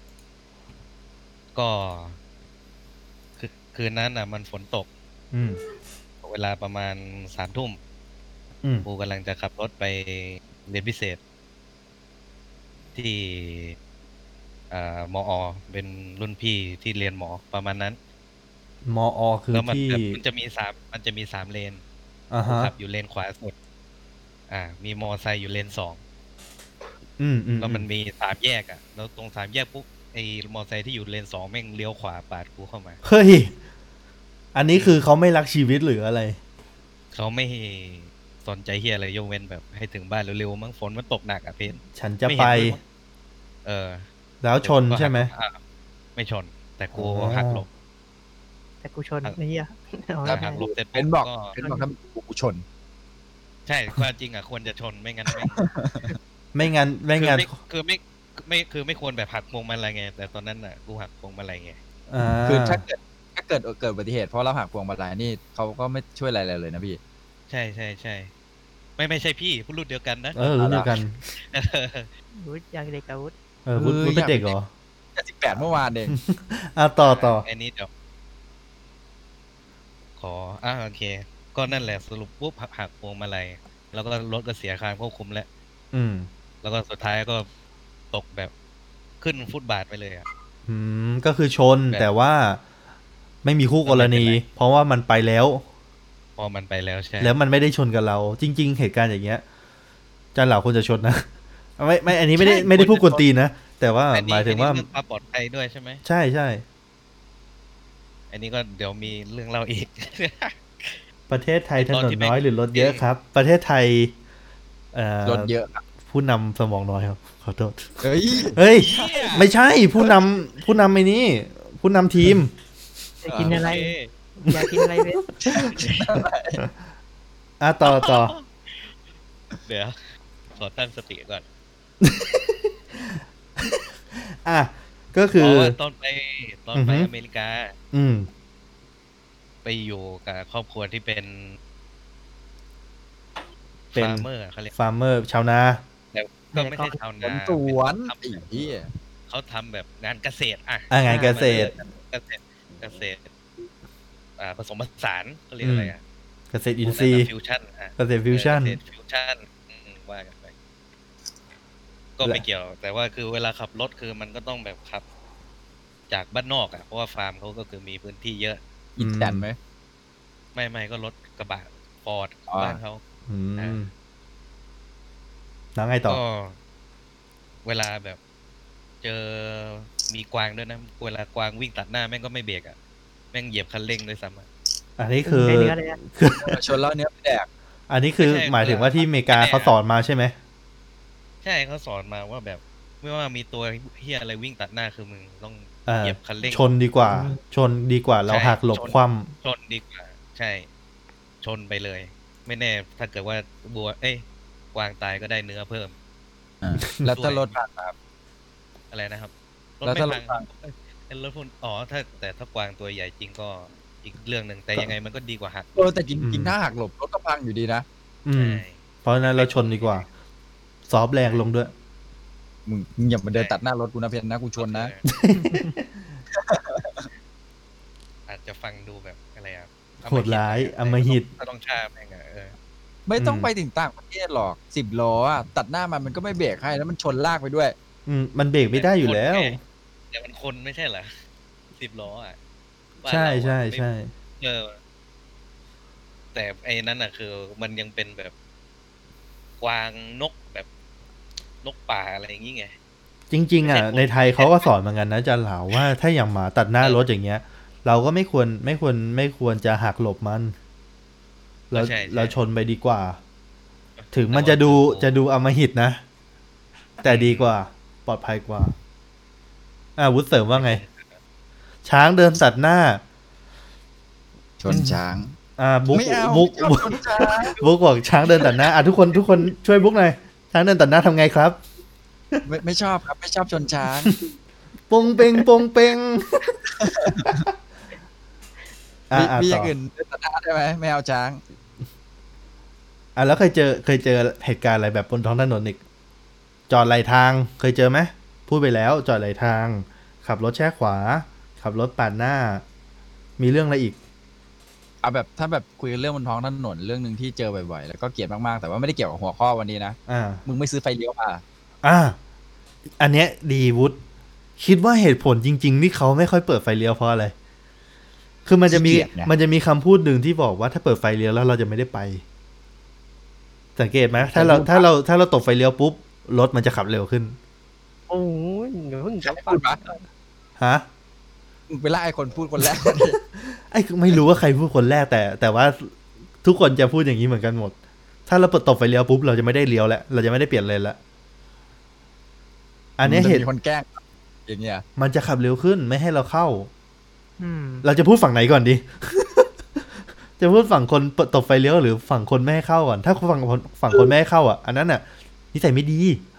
ก็คือคืนนั้นอ่ะมันฝนตกอืมเวลาประมาณสามทุ่มครูกำลังจะขับรถไปเรียนพิเศษที่อ่ามอเป็นรุ่นพี่ที่เรียนหมอประมาณนั้นมอคือที่มันจะมีสามมันจะมีสามเลนขับอยู่เลนขวาสุดอ่ามีมอไซค์อยู่เลนสองอืมอืมแล้วมันมีสามแยกอ่ะแล้วตรงสามแยกปุ๊บไอ้มอไซค์ที่อยู่เลนสองแม่งเลี้ยวขวาปาดกูเข้ามาเฮ้ยอันนี้คือเขาไม่รักชีวิตหรืออะไรเขาไม่สนใจเฮียอะไรยกเว้นแบบให้ถึงบ้านเร็วๆมั้งฝนมันตกหนักอ่ะเพนฉันจะไปเออแล้วชนใช่ไหมไม่ชนแต่กูหักหลบแต่กูชนไอ้เหี้ยหักหลบเสร็จเป็นบอกเป็นบอกครับกูชนใช่ความจริงอ่ะควรจะชนไม่งั้นไม่ไม่งั้นไม่งั้นคือไม่ไม่คือไม่ควรแบบหักพวงมาลัยไงแต่ตอนนั้นอ่ะกูหักพวงมาลัยไงคือถ้าเกิดถ้าเกิดเกิดอุบัติเหตุเพราะเราหักพวงมาลัยนี่เขาก็ไม่ช่วยอะไรเลยนะพี่ใช่ใช่ใช่ไม่ไม่ใช่พี่พูดรุ่นเดียวกันนะเออรุ่นเดียวกันวุฒิยังเด็กกับวุฒิเออวุฒิเป็นเด็กเหรอสิบแปดเมื่อวานเองอ่ะต่อต่ออันนี้เดี๋ยวขออ่ะโอเคก็นั่นแหละสรุปปุ๊บหักพวงมาลัยแล้วก็รถก็เสียการควบคุมแล้วอืมแล้วก็สุดท้ายก็ตกแบบขึ้นฟุตบาทไปเลยอ่ะอืมก็คือชนแต่ว่าไม่มีคู่กรณีเพราะว่ามันไปแล้วพอมันไปแล้วใช่แล้วมันไม่ได้ชนกับเราจริงๆเหตุการณ์อย่างเงี้ยจันเหล่าควรจะชนนะไม่ไม่อันนี้ไม่ได้ไม่ได้พูดกวนตีนนะแต่ว่าหมายถึงว่าความปลอดภัยด้วยใช่ไหมใช่ใช่อันนี้ก็เดี๋ยวมีเรื่องเล่าอีกประเทศไทยถนนน้อยหรือรถเยอะครับประเทศไทยรถเยอะผู้นำสมองน้อยครับขอโทษเฮ้ยเฮ้ยไม่ใช่ผู้นำผู้นำไอ้นี่ผู้นำทีมจะกินอะไรอยากกินอะไรเว้ยอ่ะต่อต่อเดี๋ยวขอตั้งสติก่อนอ่ะก็คือตอนไปตอนไปอเมริกาอืมไปอยู่กับครอบครัวที่เป็นเป็นฟาร์มเมอร์เขาเรียกฟาร์มเมอร์ชาวนาแต่ก็ไม่ใช่ชาวนาสวนไอ้เหี้ยเขาทำแบบงานเกษตรอ่ะงานเกษตรเกษตรเกษตรอ่าผสมผสานเขาเรียกอะไรอ่ะเกษตรอินทรีย์ฟิวชั่นอ่ะเกษตรฟิวชั่นเกษตรฟิวชั่นว่ากันไปก็ไม่เกี่ยวแต่ว่าคือเวลาขับรถคือมันก็ต้องแบบขับจากบ้านนอกอ่ะเพราะว่าฟาร์มเขาก็คือมีพื้นที่เยอะอินแตนไหมไม่ไม่ก็รถกระบะฟอร์ดบ้านเขาแล้วไงต่อก็เวลาแบบ เจอมีกวางด้วยนะเวลากวางวิ่งตัดหน้าแม่งก็ไม่เบรกอ่ะแม่งเหยียบคันเร่งด้วยซ้ำอ่ะอันนี้คือในเนื้อเลยนะคือชนแล้วเนื้อไม่แดกอันนี้คือไม่ใช่หมายถึงว่าที่อเมริกาไม่แน่เขาสอนมาใช่ไหมใช่เขาสอนมาว่าแบบไม่ว่ามีตัวเฮียอะไรวิ่งตัดหน้าคือมึงต้องอ่าเหยียบคันเร่งชนดีกว่า ชนดีกว่าเราใช่หักหลบชนคว่ชนดีกว่า ใช่ ชนไปเลย ไม่แน่ถ้าเกิดว่าบัว เอ้ยกวางตายก็ได้เนื้อเพิ่มอ่าแล้วถ้ารถผ่านครับอะไรนะครับรถแล้วไม่ถ้ารพัถงพังเอ้ยเอ้ยรถพุ่นอ๋อถ้าแต่ถ้ากวางตัวใหญ่จริงก็อีกเรื่องหนึ่งแต่ยังไงมันก็ดีกว่าหักเออแต่จริงๆถ้าหักหลบรถก็พังอยู่ดีนะำอืมใช่เพราะฉะนั้นเราชนดีกว่า ซอฟต์แรงลงด้วยมึงมึงอย่ามาเดินตัดหน้ารถกูนะเพนนะกูชนนะอาจจะฟังดูแบบอะไรอ่ะโหดร้ายอำมหิตถ้าต้องฆ่าแม่งอะเออไม่ต้องอืมไปถึงต่างประเทศหรอกสิบล้ออะตัดหน้ามันมันก็ไม่เบรกให้แล้วมันชนลากไปด้วยอืมมันเบรกไม่ได้อยู่แล้วแต่มันคนไม่ใช่เหรอสิบล้ออ่ะบ้านใช่เราอะใช่ไม่ใช่เออแต่ไอ้นั่นอ่ะคือมันยังเป็นแบบกวางนกแบบนกป่าอะไรอย่างงี้ไงจริง ๆ อ่ะไม่ใช่คนในไทยเขาก็สอนเหมือนกันนะอาจะเหลาว่าถ้าอย่างหมาตัดหน้ารถอย่างเงี้ย เราก็ไม่ควรไม่ควรไม่ควรจะหักหลบมันเราใช่ใช่เราชนไปดีกว่า ถึงมันจะดูจะดูอำมหิตนะ แต่ดีกว่า ปลอดภัยกว่า อ่าวุฒิเสริมว่าไง ช้างเดินตัดหน้าชนช้างอ่าบุ๊กไม่เอาบุ๊กไม่ชอบชนช้างบุ๊กบอกช้างเดินตัดหน้าอ่ะทุกคนทุกคนช่วยบุ๊กหน่อยช้างเดินตัดหน้าทำไงครับไม่ไม่ชอบครับไม่ชอบชนช้างปงเปงปงเปงอ่ามีอ่ามีอต่อย่างอื่นตัดหน้าได้ไหมไม่เอาช้างอ่ะแล้วเคยเจอเคยเจอเหตุการณ์อะไรแบบบนท้องถนนอีกจอดไหลทางเคยเจอไหมพูดไปแล้วจอดไหลทาง ขับรถแช่ขวา ขับรถปาดหน้า มีเรื่องอะไรอีกเอาแบบถ้าแบบคุยกันเรื่องบนท้องถนนเรื่องหนึ่งที่เจอบ่อยๆแล้วก็เกลียดมากๆแต่ว่าไม่ได้เกี่ยวกับหัวข้อวันนี้นะอ่ามึงไม่ซื้อไฟเลี้ยวมาอ่า อันเนี้ยดีวุฒิคิดว่าเหตุผลจริง ๆ ที่เขาไม่ค่อยเปิดไฟเลี้ยวเพราะอะไร คือมันจะมีขี้เกียจไงมันจะมีคำพูดหนึ่งที่บอกว่าถ้าเปิดไฟเลี้ยวแล้วเราจะไม่ได้ไป สังเกตไหมถ้าเราถ้าเราถ้าเราตบไฟเลี้ยวปุ๊บรถมันจะขับเร็วขึ้นโอ้ยเดี๋ยวเพิ่งจะใครฟัพูงดวะฮะมึงไปไล่ไอ้คนพูดคนแรกไอ้ไม่รู้ว่าใครพูดคนแรกแต่ แต่ว่าทุกคนจะพูดอย่างนี้เหมือนกันหมด ถ้าเราเปิดตบไฟเลี้ยวปุ๊บเราจะไม่ได้เลี้ยวแล้วเราจะไม่ได้เปลี่ยนเลนแล้วอันเนี้ยมัเหจะตุมีคนแกล้งอย่างเงี้ยมันจะขับเร็วขึ้นไม่ให้เราเข้าอืมเราจะพูดฝั่งไหนก่อนดี จะพูดฝั่งคนเปิดตบไฟเลี้ยวหรือฝั่งคนไม่ให้เข้าก่อน ถ้าฝั่งคนฝั่งคนไม่ให้เข้าอ่ะ อันนั้นอ่ะนิสัยไม่ดี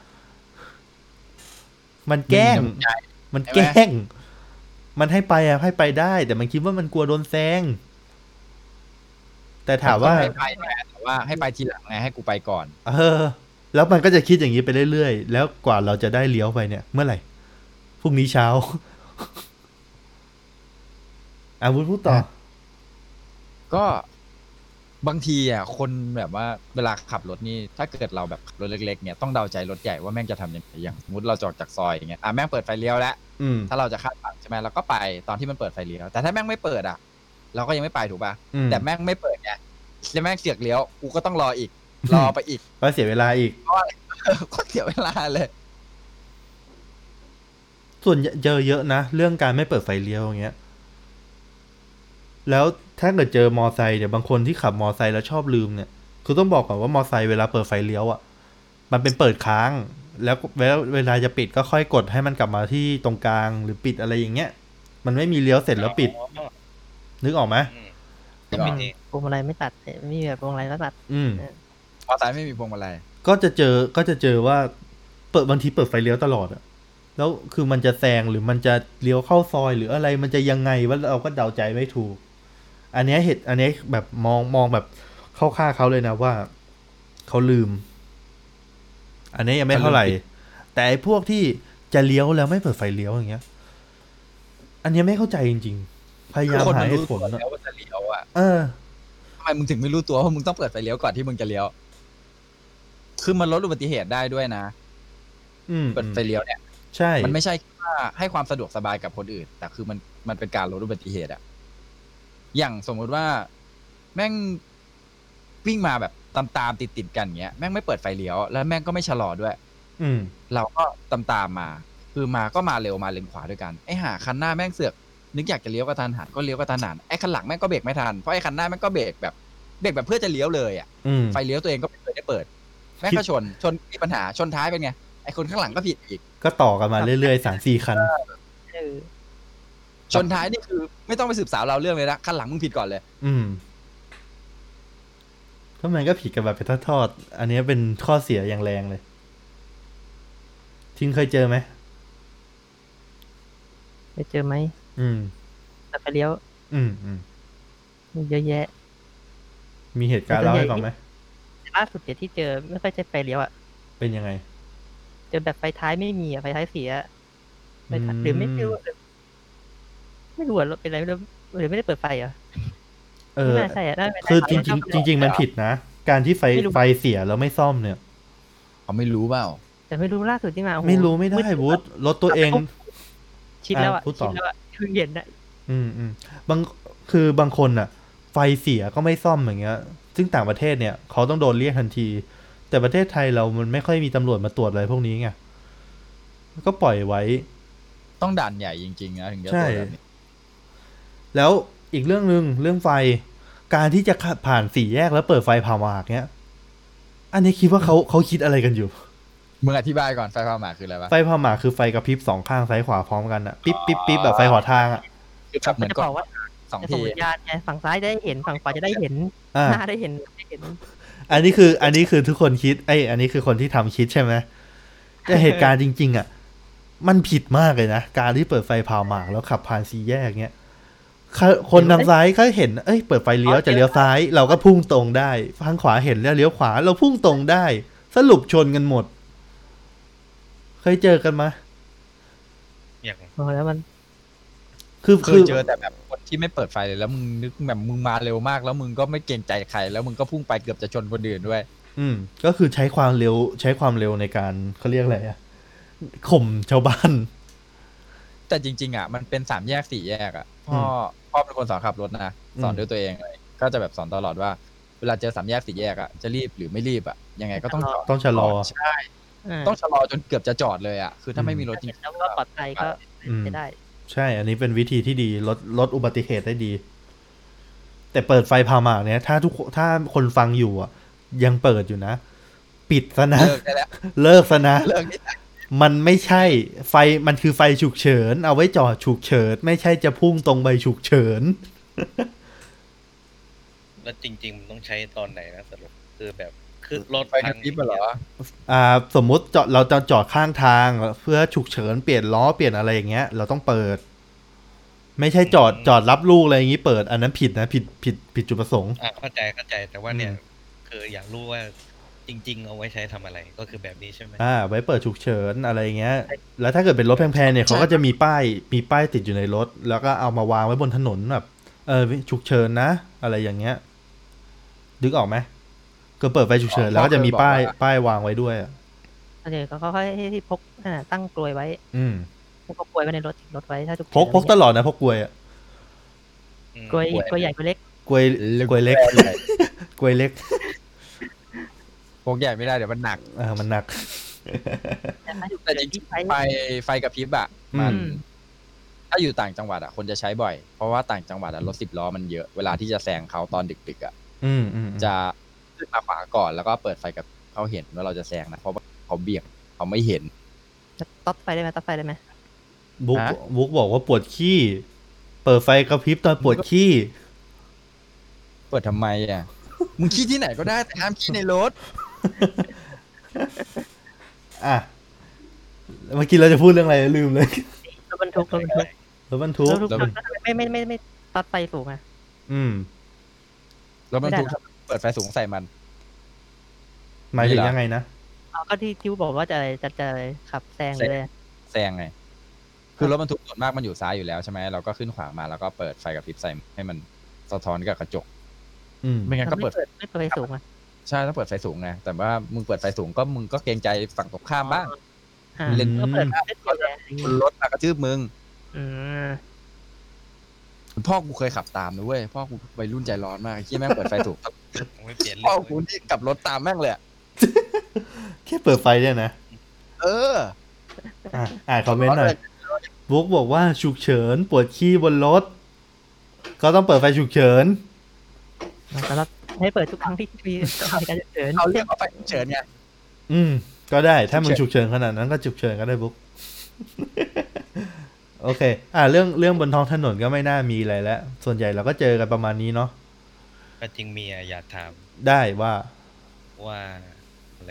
มันแกล้ง มันแกล้ง มันให้ไปอ่ะให้ไปได้ แต่มันคิดว่ามันกลัวโดนแซง แต่ถามว่าให้ไปไงแต่ว่าให้ไปทีหลังไงให้กูไปก่อนเออ แล้วมันก็จะคิดอย่างนี้ไปเรื่อยๆ แล้วกว่าเราจะได้เลี้ยวไปเนี่ย เมื่อไหร่ พรุ่งนี้เช้า อาวุธพูดต่อก็บางทีอ่ะคนแบบว่าเวลาขับรถนี่ถ้าเกิดเราแบบขับรถเล็กๆเนี่ยต้องเดาใจรถใหญ่ว่าแม่งจะทำยังไงอย่างสมมติเราจอดจากซอยอย่างเงี้ยอ่ะแม่งเปิดไฟเลี้ยวแล้วอืมถ้าเราจะข้ามฝั่งใช่ไหมเราก็ไปตอนที่มันเปิดไฟเลี้ยวแต่ถ้าแม่งไม่เปิดอ่ะ เราก็ยังไม่ไปถูกป่ะอืมแต่แม่งไม่เปิดไงแล้วแม่งเสียกเลี้ยวกูก็ต้องรออีก รอไปอีกก็เสียเวลาอีกก็เสียเวลาเลยส่วนเจอเยอะนะ เรื่องการไม่เปิดไฟเลี้ยวอย่างเงี้ย แล้วถ้าเกิดเจอมอไซค์เนี่ยบางคนที่ขับมอไซค์แล้วชอบลืมเนี่ย คือต้องบอกก่อนว่ามอไซค์เวลาเปิดไฟเลี้ยวอ่ะ มันเป็นเปิดค้าง แล้วเวลาเวลาจะปิดก็ค่อยกดให้มันกลับมาที่ตรงกลางหรือปิดอะไรอย่างเงี้ย มันไม่มีเลี้ยวเสร็จแล้วปิดอ๋อนึกออกไหมอืมก็ก็มีมีพวงมาลัยไม่ตัดไม่มีแบบพวงมาลัยแล้วตัดอืมมอไซค์ไม่มีพวงมาลัยก็จะเจอก็จะเจอว่าเปิดบางทีเปิดไฟเลี้ยวตลอดอะแล้วคือมันจะแซงหรือมันจะเลี้ยวเข้าซอยหรืออะไรมันจะยังไงว่าเราก็เดาใจไม่ถูก อันเนี้ยเหตุอันเนี้ยแบบมองมองแบบเข้าข้างเขาเลยนะว่าเขาลืม อันนี้ยังไม่เท่าไหร่ แต่ไอ้พวกที่จะเลี้ยวแล้วไม่เปิดไฟเลี้ยวอย่างเงี้ย อันเนี้ยไม่เข้าใจจริงๆ พยายามคนหามันเหรู้ตุผตัวลอะแล้วว่าจะเลี้ยวอ่ะเออทำไมมึงถึงไม่รู้ตัวว่ามึงต้องเปิดไฟเลี้ยวก่อนที่มึงจะเลี้ยว คือมันลดอุบัติเหตุได้ด้วยนะอืมเปิดไฟเลี้ยวเนี่ยใช่มันไม่ใช่แค่ว่าให้ความสะดวกสบายกับคนอื่น แต่คือมันมันเป็นการลดอุบัติเหตุอะอย่างสมมุติว่า แม่งวิ่งมาแบบตามๆติดๆกันอย่างเงี้ยแม่งไม่เปิดไฟเลี้ยวแล้วแม่งก็ไม่ชะลอด้วยอืมเราก็ตามๆมา คือมาก็มาเร็วมาเลนขวาด้วยกันไอ้ห่าคันหน้าแม่งเสือกนึกอยากจะเลี้ยวกระทันหันก็เลี้ยวกระทันหันไอ้คันหลังแม่งก็เบรกไม่ทันเพราะไอ้คันหน้าแม่งก็เบรกแบบเบรกแบบเพื่อจะเลี้ยวเลยอ่ะอืมไฟเลี้ยวตัวเองก็ไม่เคยได้เปิดแม่งก็ชนชนมีปัญหาชนท้ายเป็นไงไอ้คนข้างหลังก็ผิดอีกก็ต่อกันมาเรื่อยๆสามสี่คันเออชนท้ายนี่คือไม่ต้องไปสืบสาวเราเรื่องเลยนะคันหลังมึงผิดก่อนเลยอืมก็มันก็ผิดกันแบบเป็นทอดๆอันนี้เป็นข้อเสียอย่างแรงเลยทิ้งเคยเจอไหมไปเจอไหมอืมแต่ไปเลี้ยวอืมอืมมีเยอะแยะมีเหตุการณ์เล่าให้ฟังไหมล่าสุดเดี๋ยวที่เจอไม่ค่อยใช่ไฟเลี้ยวอ่ะเป็นยังไงเจอแบบไฟท้ายไม่มีอ่ะไฟท้ายเสียไฟท้ายอืมหรือไม่รู้ไม่รู้ว่ารถเป็นอะไรไม่รู้หรือไม่ได้เปิดไฟเหรอเออไม่น่าใช่อ่ะน่าจะเป็นคือไฟจริงท้ายจริงจริง ๆ มันผิดนะ การที่ไฟไม่รู้ไฟเสียแล้วไม่ซ่อมเนี่ยเขาไม่รู้เปล่าแต่ไม่รู้ล่าสุดที่มาโอ้โหไม่รู้ไม่ได้ดวุฒรถตัวเองชิดแล้วอ่ะอ่ะพูดต่ชิอดแล้วอ่ะคือเห็นอ่ะอืมอืมบางคือบางคนอ่ะ ไฟเสียก็ไม่ซ่อมอย่างเงี้ย ซึ่งต่างประเทศเนี่ยเขาต้องโดนเรียกทันที แต่ประเทศไทยเรามันไม่ค่อยมีตำรวจมาตรวจอะไรพวกนี้ไงก็ปล่อยไว้ต้องด่านใหญ่จริงๆนะถึงจะใช่ตรวจแบบนี้แล้วอีกเรื่องหนึ่งเรื่องไฟ การที่จะผ่านสี่แยกแล้วเปิดไฟผ่าหมากเนี้ย อันนี้คิดว่าเขาเขาคิดอะไรกันอยู่มึงอธิบายก่อนไฟความหมายคืออะไรวะไฟผ่าหมากคือไฟกระพริบสองข้างซ้ายขวาพร้อมกันอะปิ๊บปิ๊บปิ๊บแบบไฟขอทางอะคือแบบเหมืมัอน นจะกบดอกว่าสองจะทีส่งสัญญาณไงฝั่งซ้ายจะได้เห็นฝั่งขวาจะได้เห็นอ่าหน้าได้เห็นได้เห็นอันนี้คือ อันนี้คือทุกคนคิดไอยอันนี้คือคนที่ทำคิดใช่ไหมแต่เหตุการณ์จริง ๆ อ่ะ มันผิดมากเลยนะ การที่เปิดไฟผ่าหมากแล้วขับผ่านสี่แยกเงี้ยคนทางซ้ายเขาเห็น เอ้ยเปิดไฟเลี้ยวจะเลี้ยวซ้าย เราก็พุ่งตรงได้ทางขวาเห็นแล้วเลี้ยวขวา เราพุ่งตรงได้ สรุปชนกันหมด เคยเจอกันมาอย่างอ๋อแล้วมันคือเคคืยอเจอแต่แบบคนที่ไม่เปิดไฟเลยแล้วมึงนึกแบบมึงมาเร็วมากแล้วมึงก็ไม่เกรงใจใครแล้วมึงก็พุ่งไปเกือบจะชนคนอื่นด้วยอืม ก็คือใช้ความเร็ว ใช้ความเร็วในการเขาเรียกอะไรอะข่มชาวบ้านแต่จริงๆอ่ะมันเป็นสามแยกสี่แยกอ่ะพ่อพ่อเป็นคนสอนขับรถนะสอนด้วยตัวเองเลยก็จะแบบสอนตลอดว่าเวลาเจอสามแยกสี่แยกอ่ะจะรีบหรือไม่รีบอ่ะยังไงก็ต้องจอดต้องชะลอใช่ต้องชะลอจนเกือบจะจอดเลยอ่ะคือถ้าไม่มีรถจริงแล้วว่าปลอดภัยก็อืมจะได้ใช่ อันนี้เป็นวิธีที่ดีลดลดอุบัติเหตุได้ดี แต่เปิดไฟผ่าหมากเนี่ย ถ้าทุกคนถ้าคนฟังอยู่อ่ะ ยังเปิดอยู่นะ ปิดซะนะเลิกได้แล้วเลิกซะนะเลิกนี่มันไม่ใช่ ไฟมันคือไฟฉุกเฉิน เอาไว้จอดฉุกเฉิน ไม่ใช่จะพุ่งตรงไปฉุกเฉินแล้วจริง ๆ มันต้องใช้ตอนไหนนะสรุปคือแบบคือรถไฟกระพริบเหรออ่า สมมุติจอดเราจะจอดข้างทาง เพื่อฉุกเฉินเปลี่ยนล้อเปลี่ยนอะไรอย่างเงี้ย เราต้องเปิด ไม่ใช่จอดจอดรับลูกอะไรอย่างงี้เปิด อันนั้นผิดนะผิดผิดผิดจุดประสงค์อ่ะเข้าใจเข้าใจแต่ว่าเนี่ยอืมคืออยากรู้ว่าจริง ๆ เอาไว้ใช้ทำอะไรก็คือแบบนี้ใช่ไหมอ่า ไว้เปิดฉุกเฉินอะไรอย่างเงี้ย แล้วถ้าเกิดเป็นรถแพงๆเนี่ยเขาก็จะมีป้ายมีป้ายติดอยู่ในรถ แล้วก็เอามาวางไว้บนถนนแบบเออฉุกเฉินนะ อะไรอย่างเงี้ยนึกออกไหมก็เปิดไฟฉุกเฉินแล้วก็จะมีป้ายป้ายวางไว้ด้วยอ่ะโอเคเขาค่อยให้ที่พกอ่าตั้งกลวยไว้อืมพกกลวยไว้ในรถรถไว้ถ้าทุกพกพกตลอดนะพกกลวยอ่ะอืมกลวยกลวยใหญ่กลวยเล็กกลวยกลวยเล็กกลวยเล็กพวกใหญ่ไม่ได้เดี๋ยวมันหนักอ่ามันหนักแต่จริงๆไฟไฟกระพริบอ่ะมันอืมถ้าอยู่ต่างจังหวัดอ่ะคนจะใช้บ่อย เพราะว่าต่างจังหวัดอ่ะรถสิบล้อมันเยอะเวลาที่จะแซงเขาตอนดึกๆอ่ะอืมอืมจะขึ้นมาขวาก่อนแล้วก็เปิดไฟกับเขาเห็นว่าเราจะแซงนะเพราะว่าเขาเบี่ยงเขาไม่เห็นตัดไฟได้ไหมตัดไฟได้ไหมบุ๊กฮะบุ๊กบอกว่าปวดขี้เปิดไฟกระพริบตอนปวดขี้เปิดทำไมอ่ะมึงขี้ที่ไหนก็ได้แต่ห้ามขี้ในรถอ่ะเมื่อกี้เราจะพูดเรื่องอะไรลืมเลยรถบรรทุกรถบรรทุกรถบรรทุกรถบรรทุกไม่ไม่ไม่ไม่ตัดไฟสูงอ่ะอืมรถบรรทุกไม่ได้หรอเปิดไฟสูงใส่มันหมายถึงนี่เหรอยังไงนะอ๋อก็ที่ที่บอกว่าจะอะไรจะจะขับแซงเลยแซงไงคือรถบรรทุกส่วนมากมันอยู่ซ้ายอยู่แล้วใช่ไหมเราก็ขึ้นขวามาแล้วก็เปิดไฟกับพริบใส่ให้มันสะท้อนกับกระจกอืมไม่งั้นก็ไม่เปิดเปิดไม่เปิดไฟสูงอ่ะใช่ต้องเปิดไฟสูงไงแต่ว่ามึงเปิดไฟสูงก็มึงก็เกรงใจฝั่งตรงข้ามบ้างอ่าเล่นก็เปิดไม่เปิดอะไรอย่างคเงี้นยรถมากระทืบมึงอืมพ่อกูเคยขับตามนะเว้ยพ่อกูวัยรุ่นใจร้อนมากไอ้ที่แม่งเปิดไฟสูงไม่เปลี่ยนพ่อเรื่องกูนี่กลับรถตามแม่งเลยอะแค่เปิดไฟเนี่ยนะเอออ่ะอ่านคอมเมนต์หน่อยบุ๊กบอกว่าฉุกเฉินปวดขี้บนรถ ก็ต้องเปิดไฟฉุกเฉินสำหรับให้เปิดทุกครั้งที่มีเหตุการณ์ฉุกเฉินเขาเรียกว่าไฟฉุกเฉินไงอืม ก็ได้ถ้ามึงฉุฉุกกเฉิเฉินนขนาดนั้นก็ฉุกเฉินก็ได้บุ๊ก โอเค อ่าเรื่องเรื่องบนท้องถนนก็ไม่น่ามีอะไรแล้ว ส่วนใหญ่เราก็เจอกันประมาณนี้เนาะก็จริงมีอะอยากถามได้ว่าว่าอะไร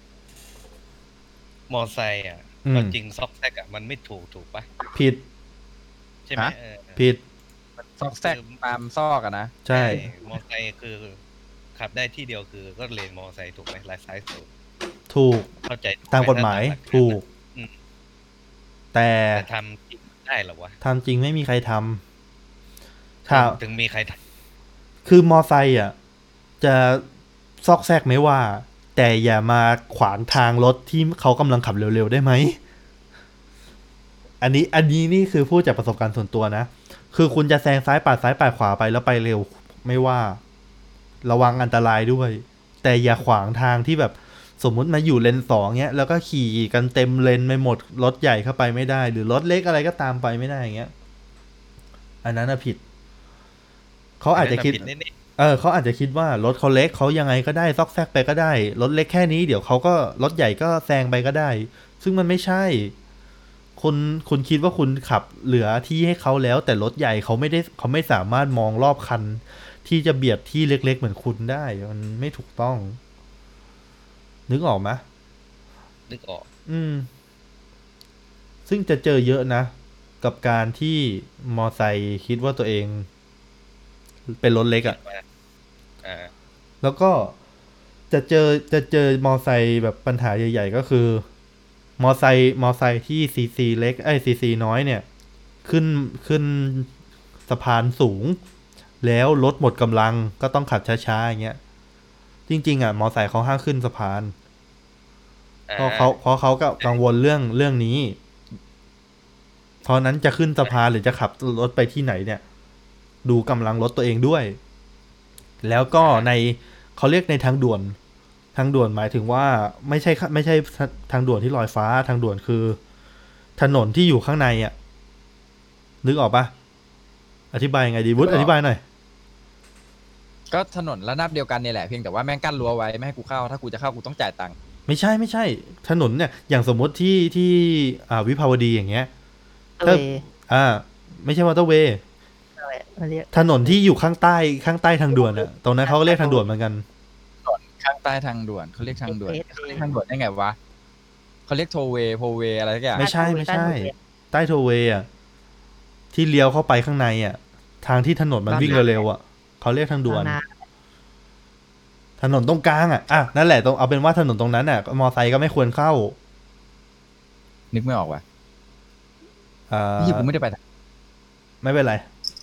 มอไซค์อ่ะอืมก็จริงซอกแซกอ่ะมันไม่ถูกถูกปะผิดใช่ไหมเออผิดซอกแซกตามซอกอะนะใช่มอไซค์คือขับได้ที่เดียวคือก็เลนมอไซค์ถูกไหมลายซ้ายสุดถูกเข้าใจถูกไหตามกฎหมายถ้ตหลักถูกอืมแต่แต่ทำจริงได้เหรอวะทำจริงไม่มีใครทำถ้าถึงมีใครทคือมอไซค์อ่ะ จะซอกแซกไม่ว่า แต่อย่ามาขวางทางรถที่เขากำลังขับเร็วๆได้ไหม อันนี้อันนี้นี่คือพูดจากประสบการณ์ส่วนตัวนะ คือคุณจะแซงซ้ายปาดซ้ายปาดขวาไปแล้วไปเร็วไม่ว่า ระวังอันตรายด้วย แต่อย่าขวางทางที่แบบสมมุติมาอยู่เลนสองเงี้ยแล้วก็ขี่กันเต็มเลนไปหมดรถใหญ่เข้าไปไม่ได้ หรือรถเล็กอะไรก็ตามไปไม่ได้อย่างเงี้ย อันนั้นน่ะผิด เขาำอาจจะคิดผิดแน่เออเขาอาจจะคิดว่ารถเขาเล็กเขายังไงก็ได้ซอกแซกไปก็ได้รถเล็กแค่นี้เดี๋ยวเขาก็รถใหญ่ก็แซงไปก็ได้ ซึ่งมันไม่ใช่คุณคุณคิดว่าคุณขับเหลือที่ให้เขาแล้ว แต่รถใหญ่เขาไม่ได้เขาไม่สามารถมองรอบคัน ที่จะเบียดที่เล็กๆเหมือนคุณได้มันไม่ถูกต้อง นึกออกไหมๆนึกออกอืม ซึ่งจะเจอเยอะนะ กับการที่มอไซค์คิดว่าตัวเอง เป็นรถเล็กอะ่ะอ่าแล้วก็จะเจอจะเจอมอไซค์แบบปัญหาใหญ่ๆก็คือ มอไซค์มอไซค์ที่ซีซีเล็กไอ้ซีซีน้อยเนี่ย ขึ้นขึ้นสะพานสูง แล้วรถหมดกำลังก็ต้องขับช้าๆอย่างเงี้ย จริงๆอ่ะ มอไซค์เขาห้ามขึ้นสะพาน เพราะเขาเพราะเขาก็กังวลเรื่องเรื่องนี้ เพราะนั้นจะขึ้นสะพานหรือจะขับรถไปที่ไหนเนี่ย ดูกำลังรถตัวเองด้วย แล้วก็ในเขาเรียกในทางด่วน ทางด่วนหมายถึงว่าไม่ใช่ไม่ใช่ทางด่วนที่ลอยฟ้าทางด่วนคือ ถนนที่อยู่ข้างในอ่ะ นึกออกปะอธิบายยังไงดีวุฒิอธิบายหน่อยก็ถนนระนาบเดียวกันเนี่ยแหละเพียงแต่ว่าแม่งกั้นรั้วไว้ไม่ให้กูเข้าถ้ากูจะเข้ากูต้องจ่ายตังค์ไม่ใช่ไม่ใช่ ถนนเนี่ยอย่างสมมติที่ที่อ่าวิภาวดีอย่างเงี้ยเวอ่า ไม่ใช่มอเตอร์เวย์เขาเรียกถนนที่อยู่ข้างใต้ข้างใต้ทางด่วนอะตรงนั้นเขาก็เรียกทางด่วนเหมือนกันข้างใต้ทางด่วนเขาเรียกทางด่วนเขาเรียกทางด่วนได้ไงวะเขาเรียกโทเวโพเวอะไรสักอย่างไม่ใช่ไม่ใช่ ใต้โทเวย์อะที่เลี้ยวเข้าไปข้างในอะทางที่ถนนมันวิ่งเร็วๆอะเขาเรียกทางด่วน ถนนตรงกลางอะอ่ะนั่นแหละตรงเอาเป็นว่าถนนตรงนั้นอะมอไซค์ก็ไม่ควรเข้านึกไม่ออกว่ะอ่านี่กูไม่ได้ไปไม่เป็นไร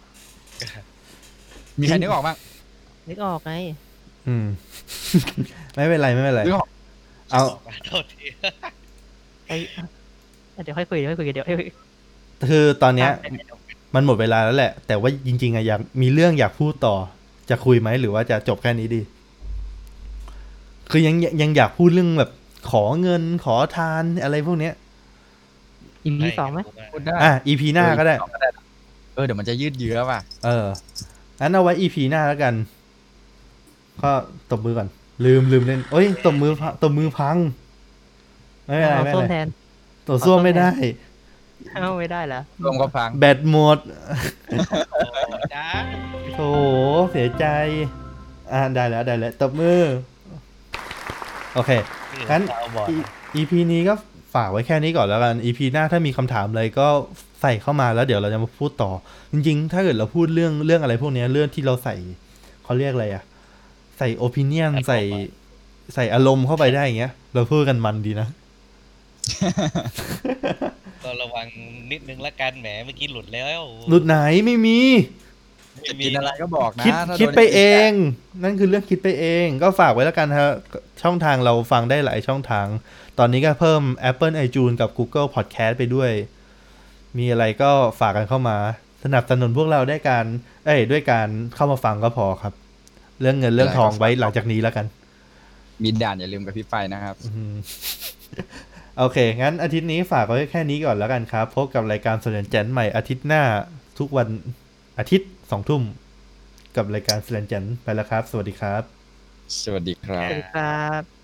มีใครนึกออกบ้างนึกออกไงอืม ไม่เป็นไรไม่เป็นไรนึกออกเอาโทษทีไอเดี๋ยวค่อยคุยเดี๋ยวค่อยคุยเดี๋ยวค่อยคุยคือตอนเนี้ย มันหมดเวลาแล้วแหละ แต่ว่าจริงๆอะอยากมีเรื่องอยากพูดต่อ จะคุยไหมหรือว่าจะจบแค่นี้ดี คือยังยังอยากพูดเรื่องแบบ ขอเงินขอทานอะไรพวกเนี้ยอีพีสองไหมพูดได้อ่ะ อี พี หน้าก็ได้เออเดี๋ยวมันจะยืดเยื้อว่ะเอองั้นเอาไว้ อี พี หน้าแล้วกัน ก็ตบมือก่อน ลืมลืมเล่นเอ้ยตบมือพังตบมือพัง ไม่เป็นไรเอาไม่ส้เป็มนแทไรนตัวส้วมไม่ได้เอาไม่ได้เหรอรวมก็ฟังแบตหมดจ้าโถเสียใจ อ่าได้แล้วได้แล้วตบมือ โอเค งั้น อี พี นี้ก็ฝากไว้แค่นี้ก่อนแล้วกัน อี พี หน้าถ้ามีคำถามอะไรก็ใส่เข้ามาแล้วเดี๋ยวเราจะมาพูดต่อ จริงๆ ถ้าเกิดเราพูดเรื่องเรื่องอะไรพวกนี้เรื่องที่เราใส่เขาเรียกอะไรอะใส่ opinion ใส่ใส่อารมณ์เข้าไปได้อย่างเงี้ย เราพูดกันมันดีนะก็ระวังนิดนึงละกันแหมเมื่อกี้หลุดแล้วหลุดไหนไม่มีจะกินอะไรก็บอกนะคิดถ้าคิดโนไปเอง นั่นคือเรื่องคิดไปเอง ก็ฝากไว้แล้วกันฮะช่องทางเราฟังได้หลายช่องทาง ตอนนี้ก็เพิ่ม Apple iTunes กับ Google Podcast ไปด้วย มีอะไรก็ฝากกันเข้ามา สนับสนุนพวกเราได้การเอ้ยด้วยการเข้ามาฟังก็พอครับ โเรื่องเงินเรื่องทองไว้หลังจากนี้แล้วกันมีด่านอย่าลืมกับพี่ไฟนะครับโอเคงั้นอาทิตย์นี้ฝากไว้แค่นี้ก่อนแล้วกันครับพบกับรายการสแลนแจนใหม่อาทิตย์หน้าทุกวันอาทิตย์สองทุ่มกับรายการสแลนแจนไปแล้วครับสวัสดีครับสวัสดีครัสวัสดีบครับ